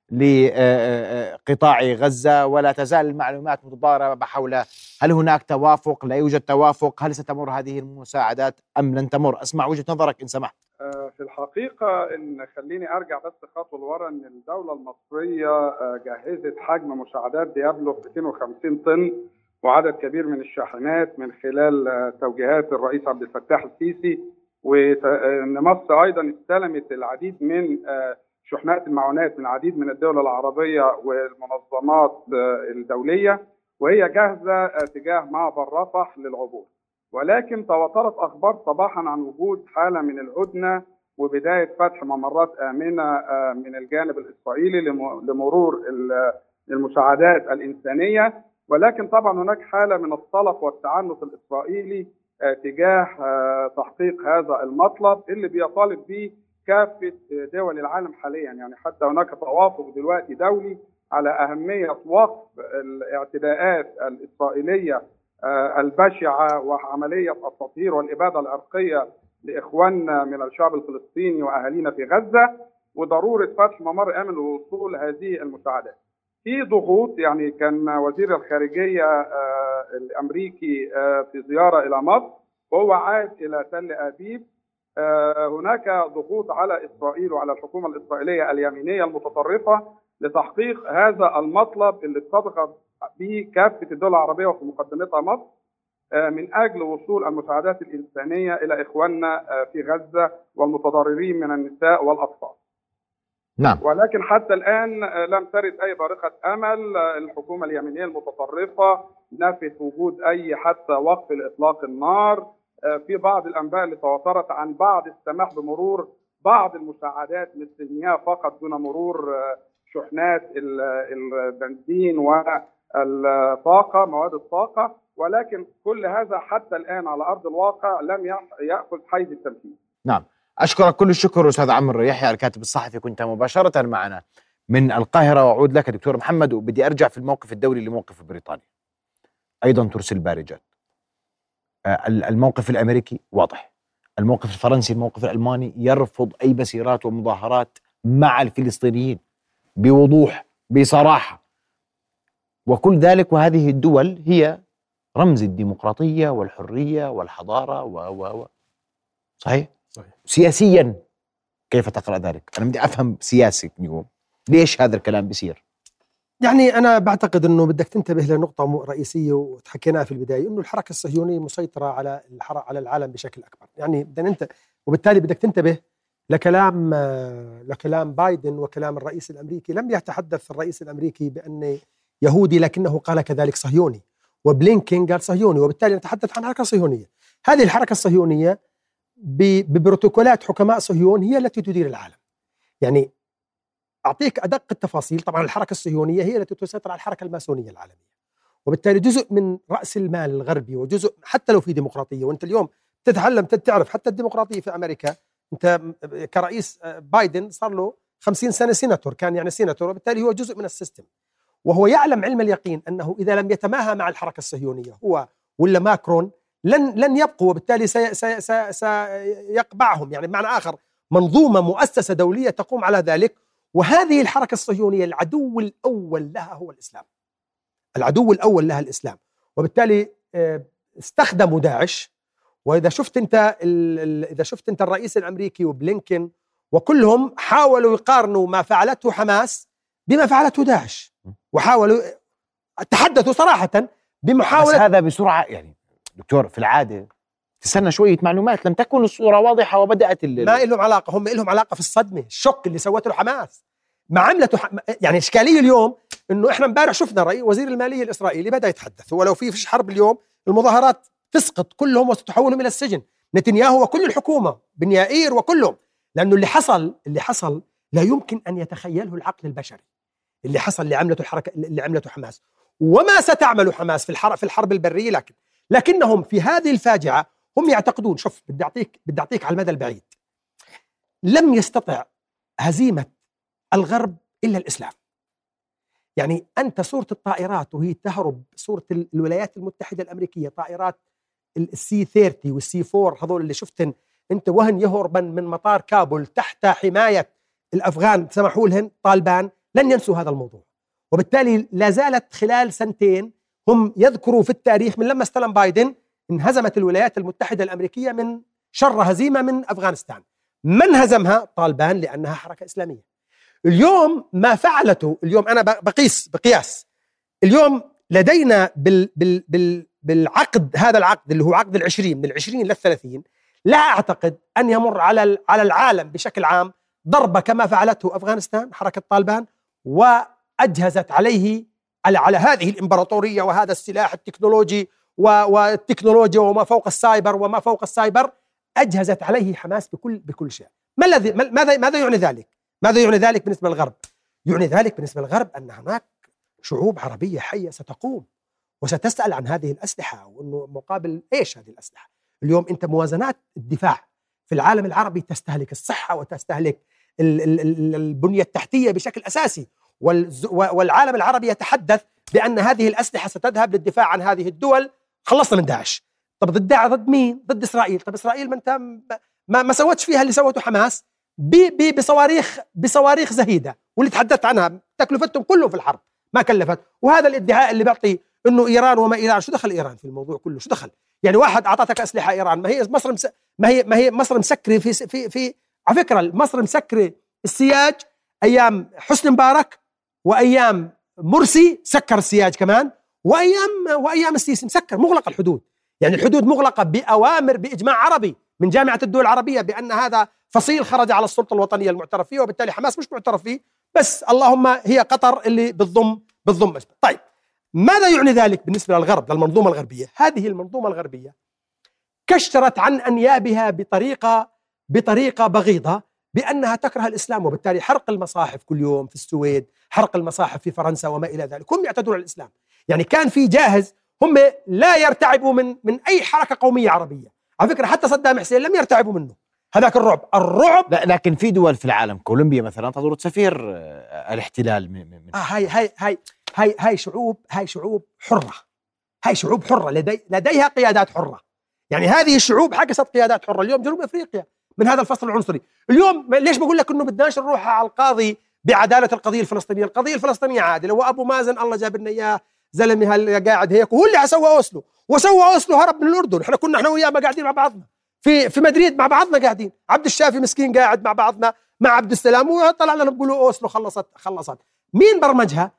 لقطاع غزة، ولا تزال المعلومات متضاربة حول هل هناك توافق، لا يوجد توافق، هل ستمر هذه المساعدات أم لن تمر؟ أسمع وجهة نظرك إن سمحت. في الحقيقة إن خليني أرجع بس خطوة لورا، إن الدولة المصرية جهزت حجم مساعدات بيبلغ مئتين وخمسين طن وعدد كبير من الشاحنات من خلال توجيهات الرئيس عبد الفتاح السيسي، وإن مصر أيضا استلمت العديد من شحنات المعونات من العديد من الدول العربية والمنظمات الدولية، وهي جاهزة تجاه معبر رفح للعبور. ولكن تواترت أخبار صباحا عن وجود حالة من الهدنة وبداية فتح ممرات آمنة من الجانب الإسرائيلي لمرور المساعدات الإنسانية، ولكن طبعا هناك حالة من الصلف والتعنت الإسرائيلي تجاه تحقيق هذا المطلب اللي بيطالب به كافة دول العالم حاليا. يعني حتى هناك توافق دلوقتي دولي على أهمية وقف الاعتداءات الإسرائيلية البشعة وعملية التطهير والإبادة العرقية لإخواننا من الشعب الفلسطيني وأهالينا في غزة، وضرورة فتح ممر آمن لوصول هذه المساعدات. في ضغوط، يعني كان وزير الخارجية الأمريكي في زيارة إلى مصر وهو عاد إلى تل أبيب. هناك ضغوط على إسرائيل وعلى الحكومة الإسرائيلية اليمينية المتطرفة لتحقيق هذا المطلب اللي اتفق به كافة الدول العربية وفي مقدمتها مصر من أجل وصول المساعدات الإنسانية إلى إخواننا في غزة والمتضررين من النساء والأطفال. نعم. ولكن حتى الآن لم ترد أي بارقة أمل. الحكومة اليمينية المتطرفة نفت وجود أي حتى وقف لإطلاق النار. في بعض الأنباء اللي تواترت عن بعض السماح بمرور بعض المساعدات مثل المياه فقط دون مرور شحنات البنزين والطاقة، مواد الطاقة، ولكن كل هذا حتى الآن على أرض الواقع لم يأخذ حيز التنفيذ. نعم، أشكرك كل الشكر أستاذ عمرو يحيى الكاتب الصحفي، كنت مباشرة معنا من القاهرة. وأعود لك دكتور محمد، وبدي أرجع في الموقف الدولي لموقف بريطانيا، أيضا ترسل بارجات. الموقف الأمريكي واضح، الموقف الفرنسي، الموقف الألماني يرفض أي مسيرات ومظاهرات مع الفلسطينيين بوضوح بصراحة، وكل ذلك وهذه الدول هي رمز الديمقراطية والحرية والحضارة و و و صحيح؟ صحيح. سياسيا كيف تقرأ ذلك؟ أنا بدي أفهم سياسي اليوم ليش هذا الكلام بيصير؟ يعني أنا بعتقد أنه بدك تنتبه لنقطة رئيسية وتحكيناها في البداية، أنه الحركة الصهيونية مسيطرة على على العالم بشكل أكبر. يعني بدنا أنت وبالتالي بدك تنتبه لكلام لكلام بايدن وكلام الرئيس الأمريكي. لم يتحدث الرئيس الأمريكي بأن يهودي لكنه قال كذلك صهيوني، وبلينكين قال صهيوني، وبالتالي نتحدث عن حركة صهيونية. هذه الحركة الصهيونية ببروتوكولات حكماء صهيون هي التي تدير العالم. يعني أعطيك أدق التفاصيل. طبعا الحركة الصهيونية هي التي تسيطر على الحركة الماسونية العالمية، وبالتالي جزء من رأس المال الغربي، وجزء حتى لو في ديمقراطية. وانت اليوم تتعلم تعرف حتى الديمقراطية في أمريكا، انت كرئيس بايدن صار له خمسين سنة سيناتور، كان يعني سيناتور، وبالتالي هو جزء من السيستم. وهو يعلم علم اليقين أنه إذا لم يتماهى مع الحركة الصهيونية هو ولا ماكرون لن لن يبقوا، وبالتالي سي سي سي سيقبعهم. يعني بمعنى آخر منظومة مؤسسة دولية تقوم على ذلك. وهذه الحركة الصهيونية العدو الأول لها هو الإسلام، العدو الأول لها الإسلام، وبالتالي استخدموا داعش. وإذا شفت أنت إذا شفت أنت الرئيس الأمريكي وبلينكين وكلهم حاولوا يقارنوا ما فعلته حماس بما فعلته داعش، وحاولوا تحدثوا صراحة بمحاولة. بس هذا بسرعة يعني دكتور، في العادة تستنى شوية معلومات، لم تكن الصورة واضحة وبدأت اللي ما لهم علاقة. هم لهم علاقة في الصدمة، الشوك اللي سوته الحماس ما عملته ح... يعني إشكالية اليوم إنه إحنا امبارح شفنا رئيس وزير المالية الإسرائيلي بدأ يتحدث، ولو في فيش حرب اليوم المظاهرات تسقط كلهم وستحولهم إلى السجن، نتنياهو وكل الحكومة، بن يائير وكلهم، لأنه اللي حصل اللي حصل لا يمكن أن يتخيله العقل البشري. اللي حصل اللي عملته الحركة اللي عملته حماس، وما ستعمل حماس في الحرب في الحرب البرية، لكن لكنهم في هذه الفاجعة هم يعتقدون. شوف بدي أعطيك بدي أعطيك على المدى البعيد، لم يستطع هزيمة الغرب إلا الإسلام. يعني أنت صورة الطائرات وهي تهرب، صورة الولايات المتحدة الأمريكية، طائرات السي ثلاثين والسي أربعة هذول اللي شفتن أنت وهن يهربن من مطار كابول تحت حماية الأفغان سمحوا لهن طالبان لن ينسوا هذا الموضوع. وبالتالي لا زالت خلال سنتين هم يذكروا في التاريخ من لما استلم بايدن انهزمت الولايات المتحدة الأمريكية من شر هزيمة من أفغانستان. من هزمها؟ طالبان، لأنها حركة إسلامية. اليوم ما فعلته اليوم أنا بقيس بقياس اليوم لدينا بال بال بال بالعقد، هذا العقد اللي هو عقد العشرين من العشرين للثلاثين، لا أعتقد أن يمر على على العالم بشكل عام ضربة كما فعلته أفغانستان حركة طالبان وأجهزت عليه على على هذه الإمبراطورية وهذا السلاح التكنولوجي والتكنولوجيا وما فوق السايبر وما فوق السايبر، أجهزت عليه حماس بكل بكل شيء. ما الذي ماذا ماذا يعني ذلك؟ ماذا يعني ذلك بالنسبة للغرب؟ يعني ذلك بالنسبة للغرب أن هناك شعوب عربية حية ستقوم وستسأل عن هذه الأسلحة، وأنه مقابل إيش هذه الأسلحة؟ اليوم أنت موازنات الدفاع في العالم العربي تستهلك الصحة وتستهلك البنية التحتية بشكل أساسي، والعالم العربي يتحدث بأن هذه الأسلحة ستذهب للدفاع عن هذه الدول. خلصنا من داعش، طب ضد داعش ضد مين؟ ضد إسرائيل. طب إسرائيل ما أنت ما, ما سوتش فيها اللي سوته حماس بصواريخ بصواريخ زهيدة، واللي تحدثت عنها تكلفتهم كلهم في الحرب ما كلفت. وهذا الادعاء اللي بيعطي انه ايران وما ايران، شو دخل ايران في الموضوع كله؟ شو دخل؟ يعني واحد اعطتك اسلحه ايران، ما هي مصر مس... ما هي ما هي مصر مسكره في في في على فكره مصر مسكره السياج ايام حسني مبارك وايام مرسي، سكر السياج كمان، وايام وايام السيسي مسكر، مغلق الحدود. يعني الحدود مغلقه باوامر باجماع عربي من جامعه الدول العربيه بان هذا فصيل خرج على السلطه الوطنيه المعترف فيه، وبالتالي حماس مش معترف فيه، بس اللهم هي قطر اللي بتضم بتضم. طيب ماذا يعني ذلك بالنسبة للغرب، للمنظومة الغربية؟ هذه المنظومة الغربية كشرت عن أنيابها بطريقة بطريقة بغيضة بأنها تكره الإسلام، وبالتالي حرق المصاحف كل يوم في السويد، حرق المصاحف في فرنسا وما إلى ذلك. هم يعتدون على الإسلام، يعني كان في جاهز، هم لا يرتعبوا من من أي حركة قومية عربية. على فكرة حتى صدام حسين لم يرتعبوا منه، هذاك الرعب الرعب لا، لكن في دول في العالم كولومبيا مثلا تدور سفير الاحتلال من, من آه هاي هاي هاي هاي هاي شعوب هاي شعوب حرة، هاي شعوب حرة لدي لديها قيادات حرة. يعني هذه الشعوب حقست قيادات حرة. اليوم جنوب أفريقيا من هذا الفصل العنصري. اليوم ليش بقول لك إنه بدناش نروح على القاضي بعدالة القضية الفلسطينية؟ القضية الفلسطينية عادلة، وأبو مازن الله جاب لنا إياه زلمة هل قاعد هيك، وهو اللي سوى أوسلو، وسوى أوسلو هرب من الأردن. إحنا كنا إحنا وياه قاعدين مع بعضنا في في مدريد مع بعضنا قاعدين، عبد الشافي مسكين قاعد مع بعضنا مع عبد السلام، وطلع لنا بيقولوا أوسلو خلصت خلصت. مين برمجها؟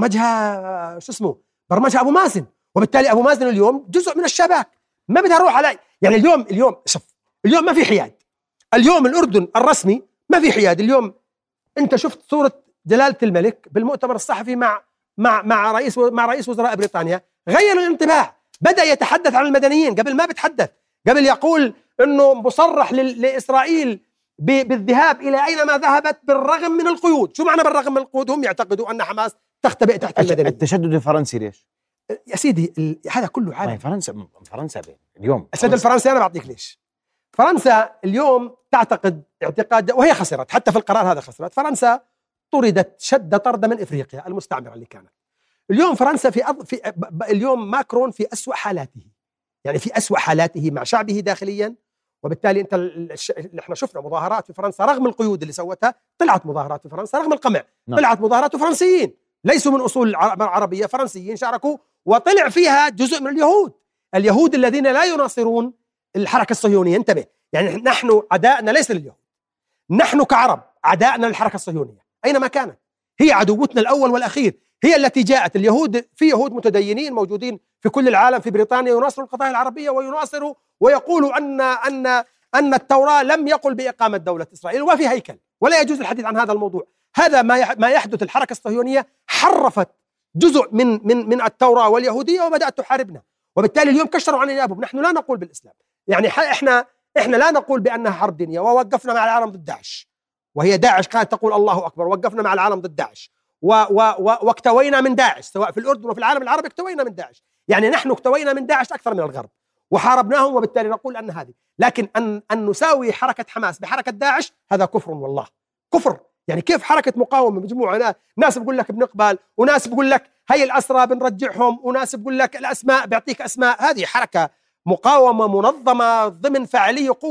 برمجها شو اسمه؟ برمجها أبو مازن. وبالتالي أبو مازن اليوم جزء من الشباك، ما بدها نروح على يعني اليوم اليوم شوف اليوم ما في حياد. اليوم الأردن الرسمي ما في حياد. اليوم أنت شفت صورة جلالة الملك بالمؤتمر الصحفي مع مع مع رئيس مع رئيس وزراء بريطانيا، غير الانطباع، بدأ يتحدث عن المدنيين، قبل ما بتحدث، قبل يقول انه مصرح لاسرائيل بالذهاب الى اينما ذهبت بالرغم من القيود. شو معنى بالرغم من القيود؟ هم يعتقدوا ان حماس تختبئ تحت المدنيين. التشدد الفرنسي ليش يا سيدي؟ هذا كله عالم. فرنسا فرنسا اليوم السد الفرنسي انا بعطيك ليش. فرنسا اليوم تعتقد اعتقاد، وهي خسرت حتى في القرار هذا، خسرت. فرنسا طردت شد طرد من افريقيا المستعمره اللي كانت. اليوم فرنسا في, أض... في اليوم ماكرون في أسوأ حالاته، يعني في أسوأ حالاته مع شعبه داخليا. وبالتالي انت الش... اللي احنا شفنا مظاهرات في فرنسا رغم القيود اللي سوتها، طلعت مظاهرات في فرنسا رغم القمع، نعم. طلعت مظاهرات فرنسيين ليسوا من اصول عربيه، فرنسيين شاركوا، وطلع فيها جزء من اليهود، اليهود الذين لا يناصرون الحركه الصهيونيه. انتبه، يعني نحن عداءنا ليس لليهود، نحن كعرب عداءنا للحركه الصهيونيه اينما كانت، هي عدوتنا الاول والاخير، هي التي جاءت. اليهود في يهود متدينين موجودين في كل العالم، في بريطانيا يناصروا القضايا العربيه ويناصروا ويقولوا ان ان ان التوراه لم يقل باقامه دوله اسرائيل، وفي هيكل، ولا يجوز الحديث عن هذا الموضوع. هذا ما ما يحدث. الحركه الصهيونيه حرفت جزء من من من التوراه واليهوديه وبدات تحاربنا، وبالتالي اليوم كشروا عن انيابهم. نحن لا نقول بالاسلام، يعني احنا احنا لا نقول بانها حرب دينيه، ووقفنا مع العالم ضد داعش، وهي داعش كانت تقول الله اكبر، وقفنا مع العالم ضد داعش، و و و واكتوينا من داعش، سواء في الاردن وفي العالم العربي اكتوينا من داعش. يعني نحن اكتوينا من داعش اكثر من الغرب وحاربناهم، وبالتالي نقول ان هذه، لكن ان ان نساوي حركه حماس بحركه داعش هذا كفر، والله كفر. يعني كيف حركه مقاومه مجموعه ناس بيقول لك بنقبل، وناس بيقول لك هي الاسرى بنرجعهم، وناس بيقول لك الاسماء بيعطيك اسماء. هذه حركه مقاومه منظمه ضمن فاعليه قوه،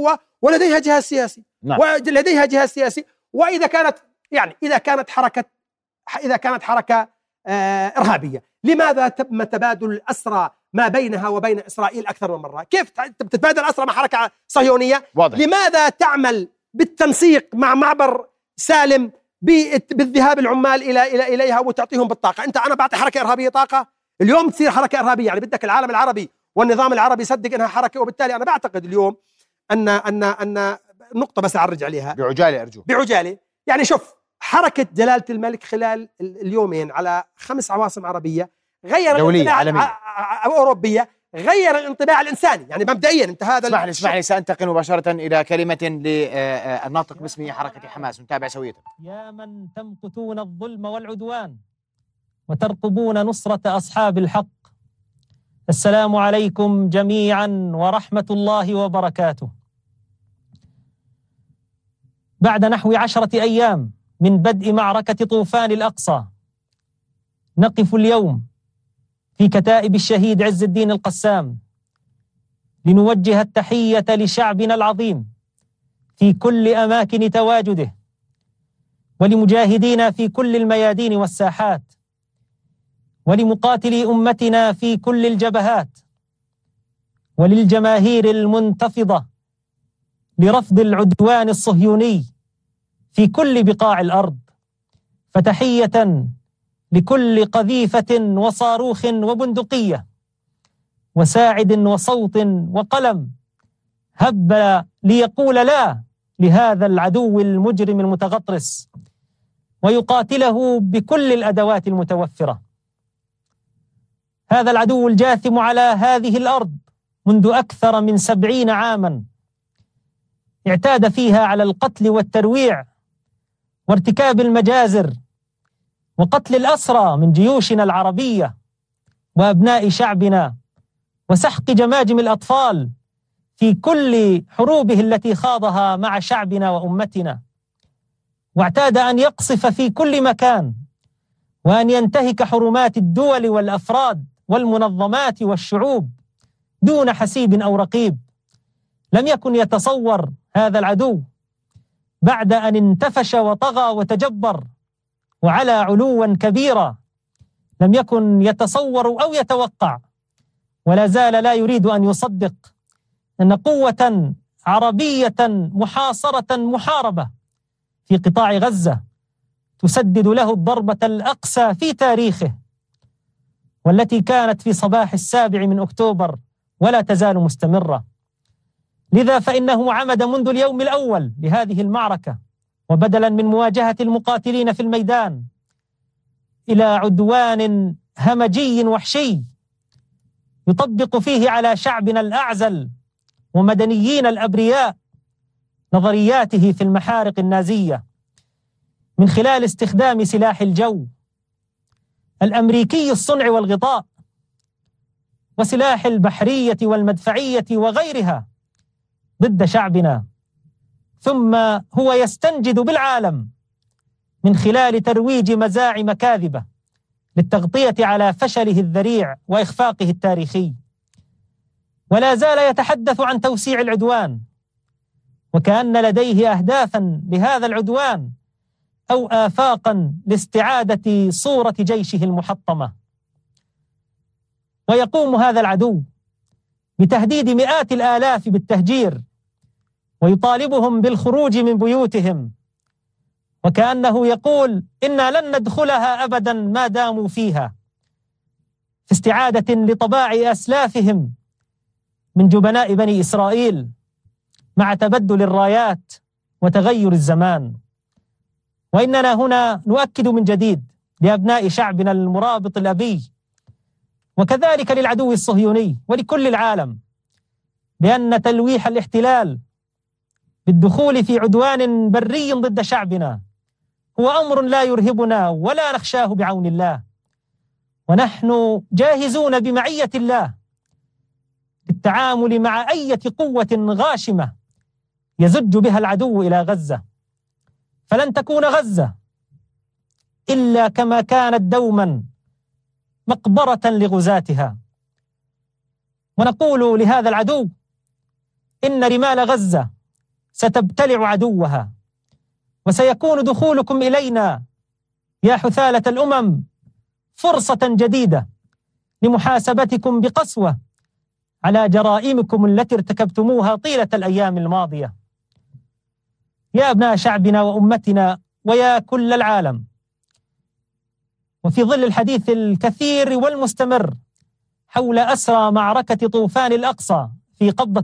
ولديها جهاز سياسي. نعم. ولديها جهاز سياسي. وإذا كانت يعني إذا كانت حركة إذا كانت حركة آه إرهابية، لماذا تم تبادل الأسرى ما بينها وبين إسرائيل أكثر من مرة؟ كيف تتبادل الأسرى مع حركة صهيونية؟ واضح. لماذا تعمل بالتنسيق مع معبر سالم بالذهاب العمال إلى إلى إليها وتعطيهم بالطاقة؟ أنت أنا بعطي حركة إرهابية طاقة، اليوم تصير حركة إرهابية، يعني بدك العالم العربي والنظام العربي يصدق أنها حركة. وبالتالي أنا بعتقد اليوم أن أن أن نقطة بس أعرج عليها بعجالة أرجو بعجالة. يعني شوف حركة جلالة الملك خلال اليومين على خمس عواصم عربية غير دولية عالمية أوروبية، غير الانطباع الإنساني. يعني مبدئيا أنت هذا اسمح لي اسمح لي سأنتقل مباشرة إلى كلمة للناطق باسم حركة حماس. نتابع سوية. يا من تمقتون الظلم والعدوان وترقبون نصرة أصحاب الحق، السلام عليكم جميعا ورحمة الله وبركاته. بعد نحو عشرة أيام من بدء معركة طوفان الأقصى، نقف اليوم في كتائب الشهيد عز الدين القسام لنوجه التحية لشعبنا العظيم في كل أماكن تواجده، ولمجاهدينا في كل الميادين والساحات، ولمقاتلي أمتنا في كل الجبهات، وللجماهير المنتفضة لرفض العدوان الصهيوني في كل بقاع الأرض. فتحية لكل قذيفة وصاروخ وبندقية وساعد وصوت وقلم هب ليقول لا لهذا العدو المجرم المتغطرس ويقاتله بكل الأدوات المتوفرة. هذا العدو الجاثم على هذه الأرض منذ أكثر من سبعين عاما اعتاد فيها على القتل والترويع وارتكاب المجازر وقتل الأسرى من جيوشنا العربية وأبناء شعبنا وسحق جماجم الأطفال في كل حروبه التي خاضها مع شعبنا وأمتنا. واعتاد أن يقصف في كل مكان وأن ينتهك حرمات الدول والأفراد والمنظمات والشعوب دون حسيب أو رقيب. لم يكن يتصور هذا العدو بعد أن انتفش وطغى وتجبر وعلى علوا كبيرا، لم يكن يتصور أو يتوقع ولا زال لا يريد أن يصدق أن قوة عربية محاصرة محاربة في قطاع غزة تسدد له الضربة الأقسى في تاريخه، والتي كانت في صباح السابع من أكتوبر ولا تزال مستمرة. لذا فإنه عمد منذ اليوم الأول لهذه المعركة، وبدلا من مواجهة المقاتلين في الميدان، إلى عدوان همجي وحشي يطبق فيه على شعبنا الأعزل ومدنيين الأبرياء نظرياته في المحارق النازية من خلال استخدام سلاح الجو الأمريكي الصنع والغطاء وسلاح البحرية والمدفعية وغيرها ضد شعبنا. ثم هو يستنجد بالعالم من خلال ترويج مزاعم كاذبة للتغطية على فشله الذريع وإخفاقه التاريخي، ولا زال يتحدث عن توسيع العدوان وكأن لديه أهدافا لهذا العدوان أو آفاقا لاستعادة صورة جيشه المحطمة. ويقوم هذا العدو بتهديد مئات الآلاف بالتهجير ويطالبهم بالخروج من بيوتهم، وكأنه يقول إنا لن ندخلها أبدا ما داموا فيها، في استعادة لطباع أسلافهم من جبناء بني إسرائيل مع تبدل الرايات وتغير الزمان. وإننا هنا نؤكد من جديد لأبناء شعبنا المرابط الأبي وكذلك للعدو الصهيوني ولكل العالم بأن تلويح الاحتلال بالدخول في عدوان بري ضد شعبنا هو أمر لا يرهبنا ولا نخشاه بعون الله، ونحن جاهزون بمعية الله للتعامل مع أي قوة غاشمة يزج بها العدو إلى غزة. فلن تكون غزة إلا كما كانت دوما مقبرة لغزاتها. ونقول لهذا العدو إن رمال غزة ستبتلع عدوها، وسيكون دخولكم إلينا يا حثالة الأمم فرصة جديدة لمحاسبتكم بقسوة على جرائمكم التي ارتكبتموها طيلة الأيام الماضية. يا أبناء شعبنا وأمتنا ويا كل العالم، وفي ظل الحديث الكثير والمستمر حول أسرى معركة طوفان الأقصى في قبضة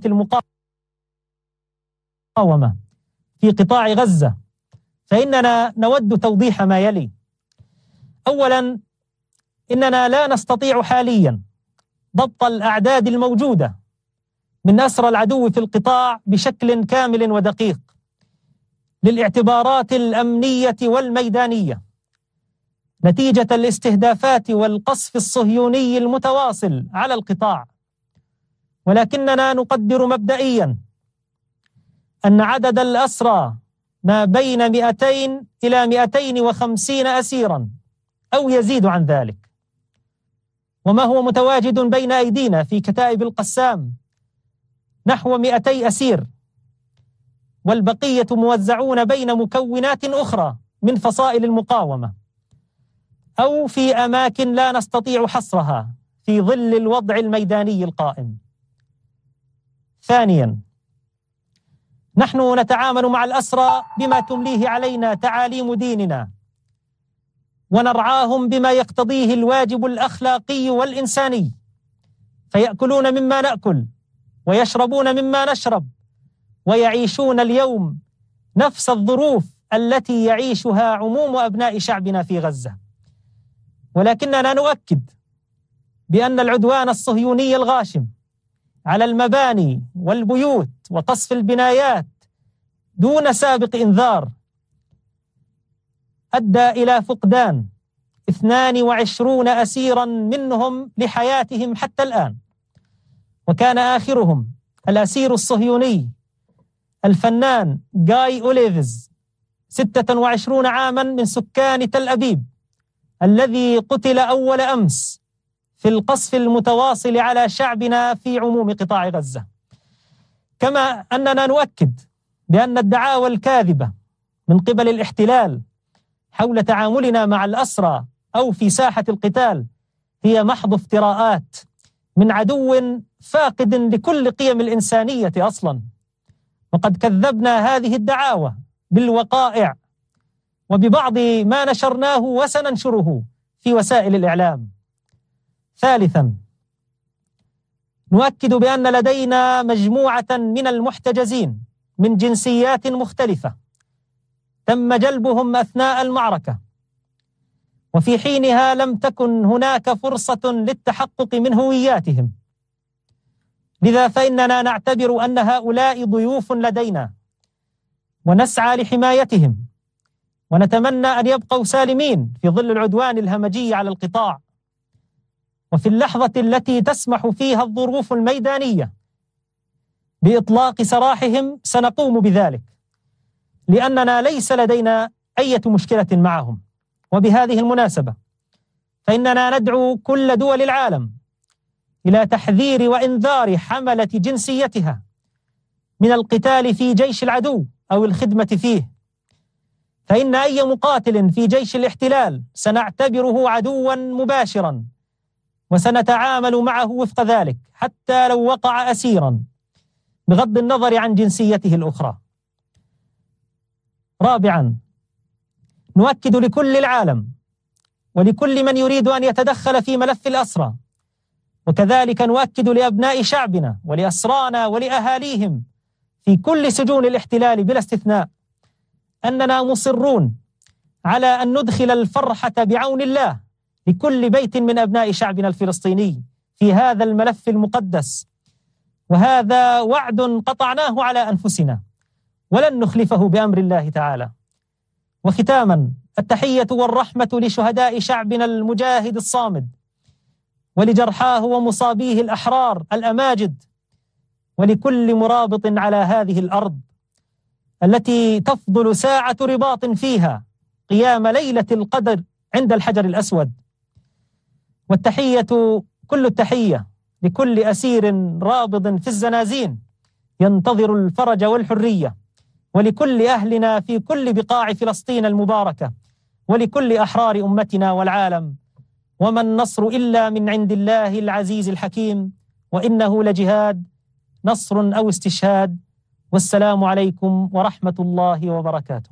المقاومة في قطاع غزة، فإننا نود توضيح ما يلي. أولاً، إننا لا نستطيع حالياً ضبط الأعداد الموجودة من أسرى العدو في القطاع بشكل كامل ودقيق للاعتبارات الأمنية والميدانية نتيجة الاستهدافات والقصف الصهيوني المتواصل على القطاع، ولكننا نقدر مبدئياً أن عدد الأسرى ما بين مئتين إلى مئتين وخمسين أسيراً أو يزيد عن ذلك، وما هو متواجد بين أيدينا في كتائب القسام نحو مئتي أسير، والبقية موزعون بين مكونات أخرى من فصائل المقاومة أو في أماكن لا نستطيع حصرها في ظل الوضع الميداني القائم. ثانياً، نحن نتعامل مع الأسرى بما تمليه علينا تعاليم ديننا، ونرعاهم بما يقتضيه الواجب الأخلاقي والإنساني، فيأكلون مما نأكل ويشربون مما نشرب ويعيشون اليوم نفس الظروف التي يعيشها عموم أبناء شعبنا في غزة. ولكننا نؤكد بأن العدوان الصهيوني الغاشم على المباني والبيوت وقصف البنايات دون سابق إنذار أدى إلى فقدان اثنين وعشرين أسيرا منهم لحياتهم حتى الآن، وكان آخرهم الأسير الصهيوني الفنان جاي أوليفز ستة وعشرين عاما من سكان تل أبيب، الذي قتل أول أمس في القصف المتواصل على شعبنا في عموم قطاع غزة. كما أننا نؤكد بأن الدعاوى الكاذبة من قبل الاحتلال حول تعاملنا مع الأسرى أو في ساحة القتال هي محض افتراءات من عدو فاقد لكل قيم الإنسانية أصلا، وقد كذبنا هذه الدعاوى بالوقائع وببعض ما نشرناه وسننشره في وسائل الإعلام. ثالثا، نؤكد بأن لدينا مجموعة من المحتجزين من جنسيات مختلفة تم جلبهم أثناء المعركة، وفي حينها لم تكن هناك فرصة للتحقق من هوياتهم، لذا فإننا نعتبر أن هؤلاء ضيوف لدينا ونسعى لحمايتهم، ونتمنى أن يبقوا سالمين في ظل العدوان الهمجي على القطاع. وفي اللحظة التي تسمح فيها الظروف الميدانية بإطلاق سراحهم سنقوم بذلك، لأننا ليس لدينا أي مشكلة معهم. وبهذه المناسبة فإننا ندعو كل دول العالم إلى تحذير وإنذار حملة جنسيتها من القتال في جيش العدو أو الخدمة فيه، فإن أي مقاتل في جيش الاحتلال سنعتبره عدوا مباشرا، وسنتعامل معه وفق ذلك حتى لو وقع أسيرا بغض النظر عن جنسيته الأخرى. رابعا، نؤكد لكل العالم ولكل من يريد أن يتدخل في ملف الأسرى، وكذلك نؤكد لأبناء شعبنا ولأسرانا ولأهاليهم في كل سجون الاحتلال بلا استثناء، أننا مصرون على أن ندخل الفرحة بعون الله لكل بيت من أبناء شعبنا الفلسطيني في هذا الملف المقدس، وهذا وعد قطعناه على أنفسنا ولن نخلفه بأمر الله تعالى. وختاما، التحية والرحمة لشهداء شعبنا المجاهد الصامد، ولجرحاه ومصابيه الأحرار الأماجد، ولكل مرابط على هذه الأرض التي تفضل ساعة رباط فيها قيام ليلة القدر عند الحجر الأسود. والتحية كل التحية لكل أسير رابض في الزنازين ينتظر الفرج والحرية ولكل أهلنا في كل بقاع فلسطين المباركة، ولكل أحرار أمتنا والعالم. وما النصر إلا من عند الله العزيز الحكيم، وإنه لجهاد، نصر أو استشهاد. والسلام عليكم ورحمة الله وبركاته.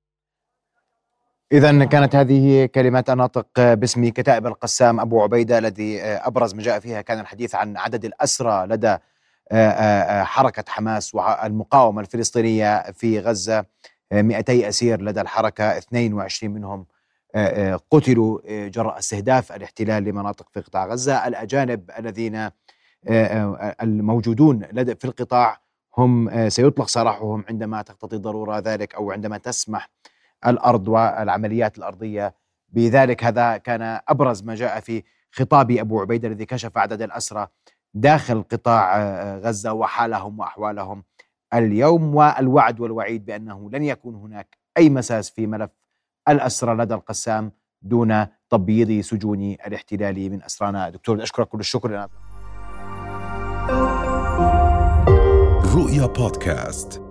إذن كانت هذه كلمات الناطق باسم كتائب القسام أبو عبيدة، الذي أبرز ما جاء فيها كان الحديث عن عدد الأسرى لدى حركة حماس والمقاومة الفلسطينية في غزة. مئتي أسير لدى الحركة، اثنين وعشرين منهم قتلوا جراء استهداف الاحتلال لمناطق في قطاع غزة. الأجانب الذين الموجودون لدى في القطاع هم سيطلق سراحهم عندما تقتضي الضرورة ذلك، أو عندما تسمح الأرض والعمليات الأرضية بذلك. هذا كان أبرز ما جاء في خطاب أبو عبيدة الذي كشف عدد الأسرى داخل قطاع غزة وحالهم وأحوالهم اليوم، والوعد والوعيد بأنه لن يكون هناك أي مساس في ملف الأسرى لدى القسام دون تبييض سجون الاحتلال من أسرانا. دكتور، أشكرك كل الشكر. رؤيا بودكاست.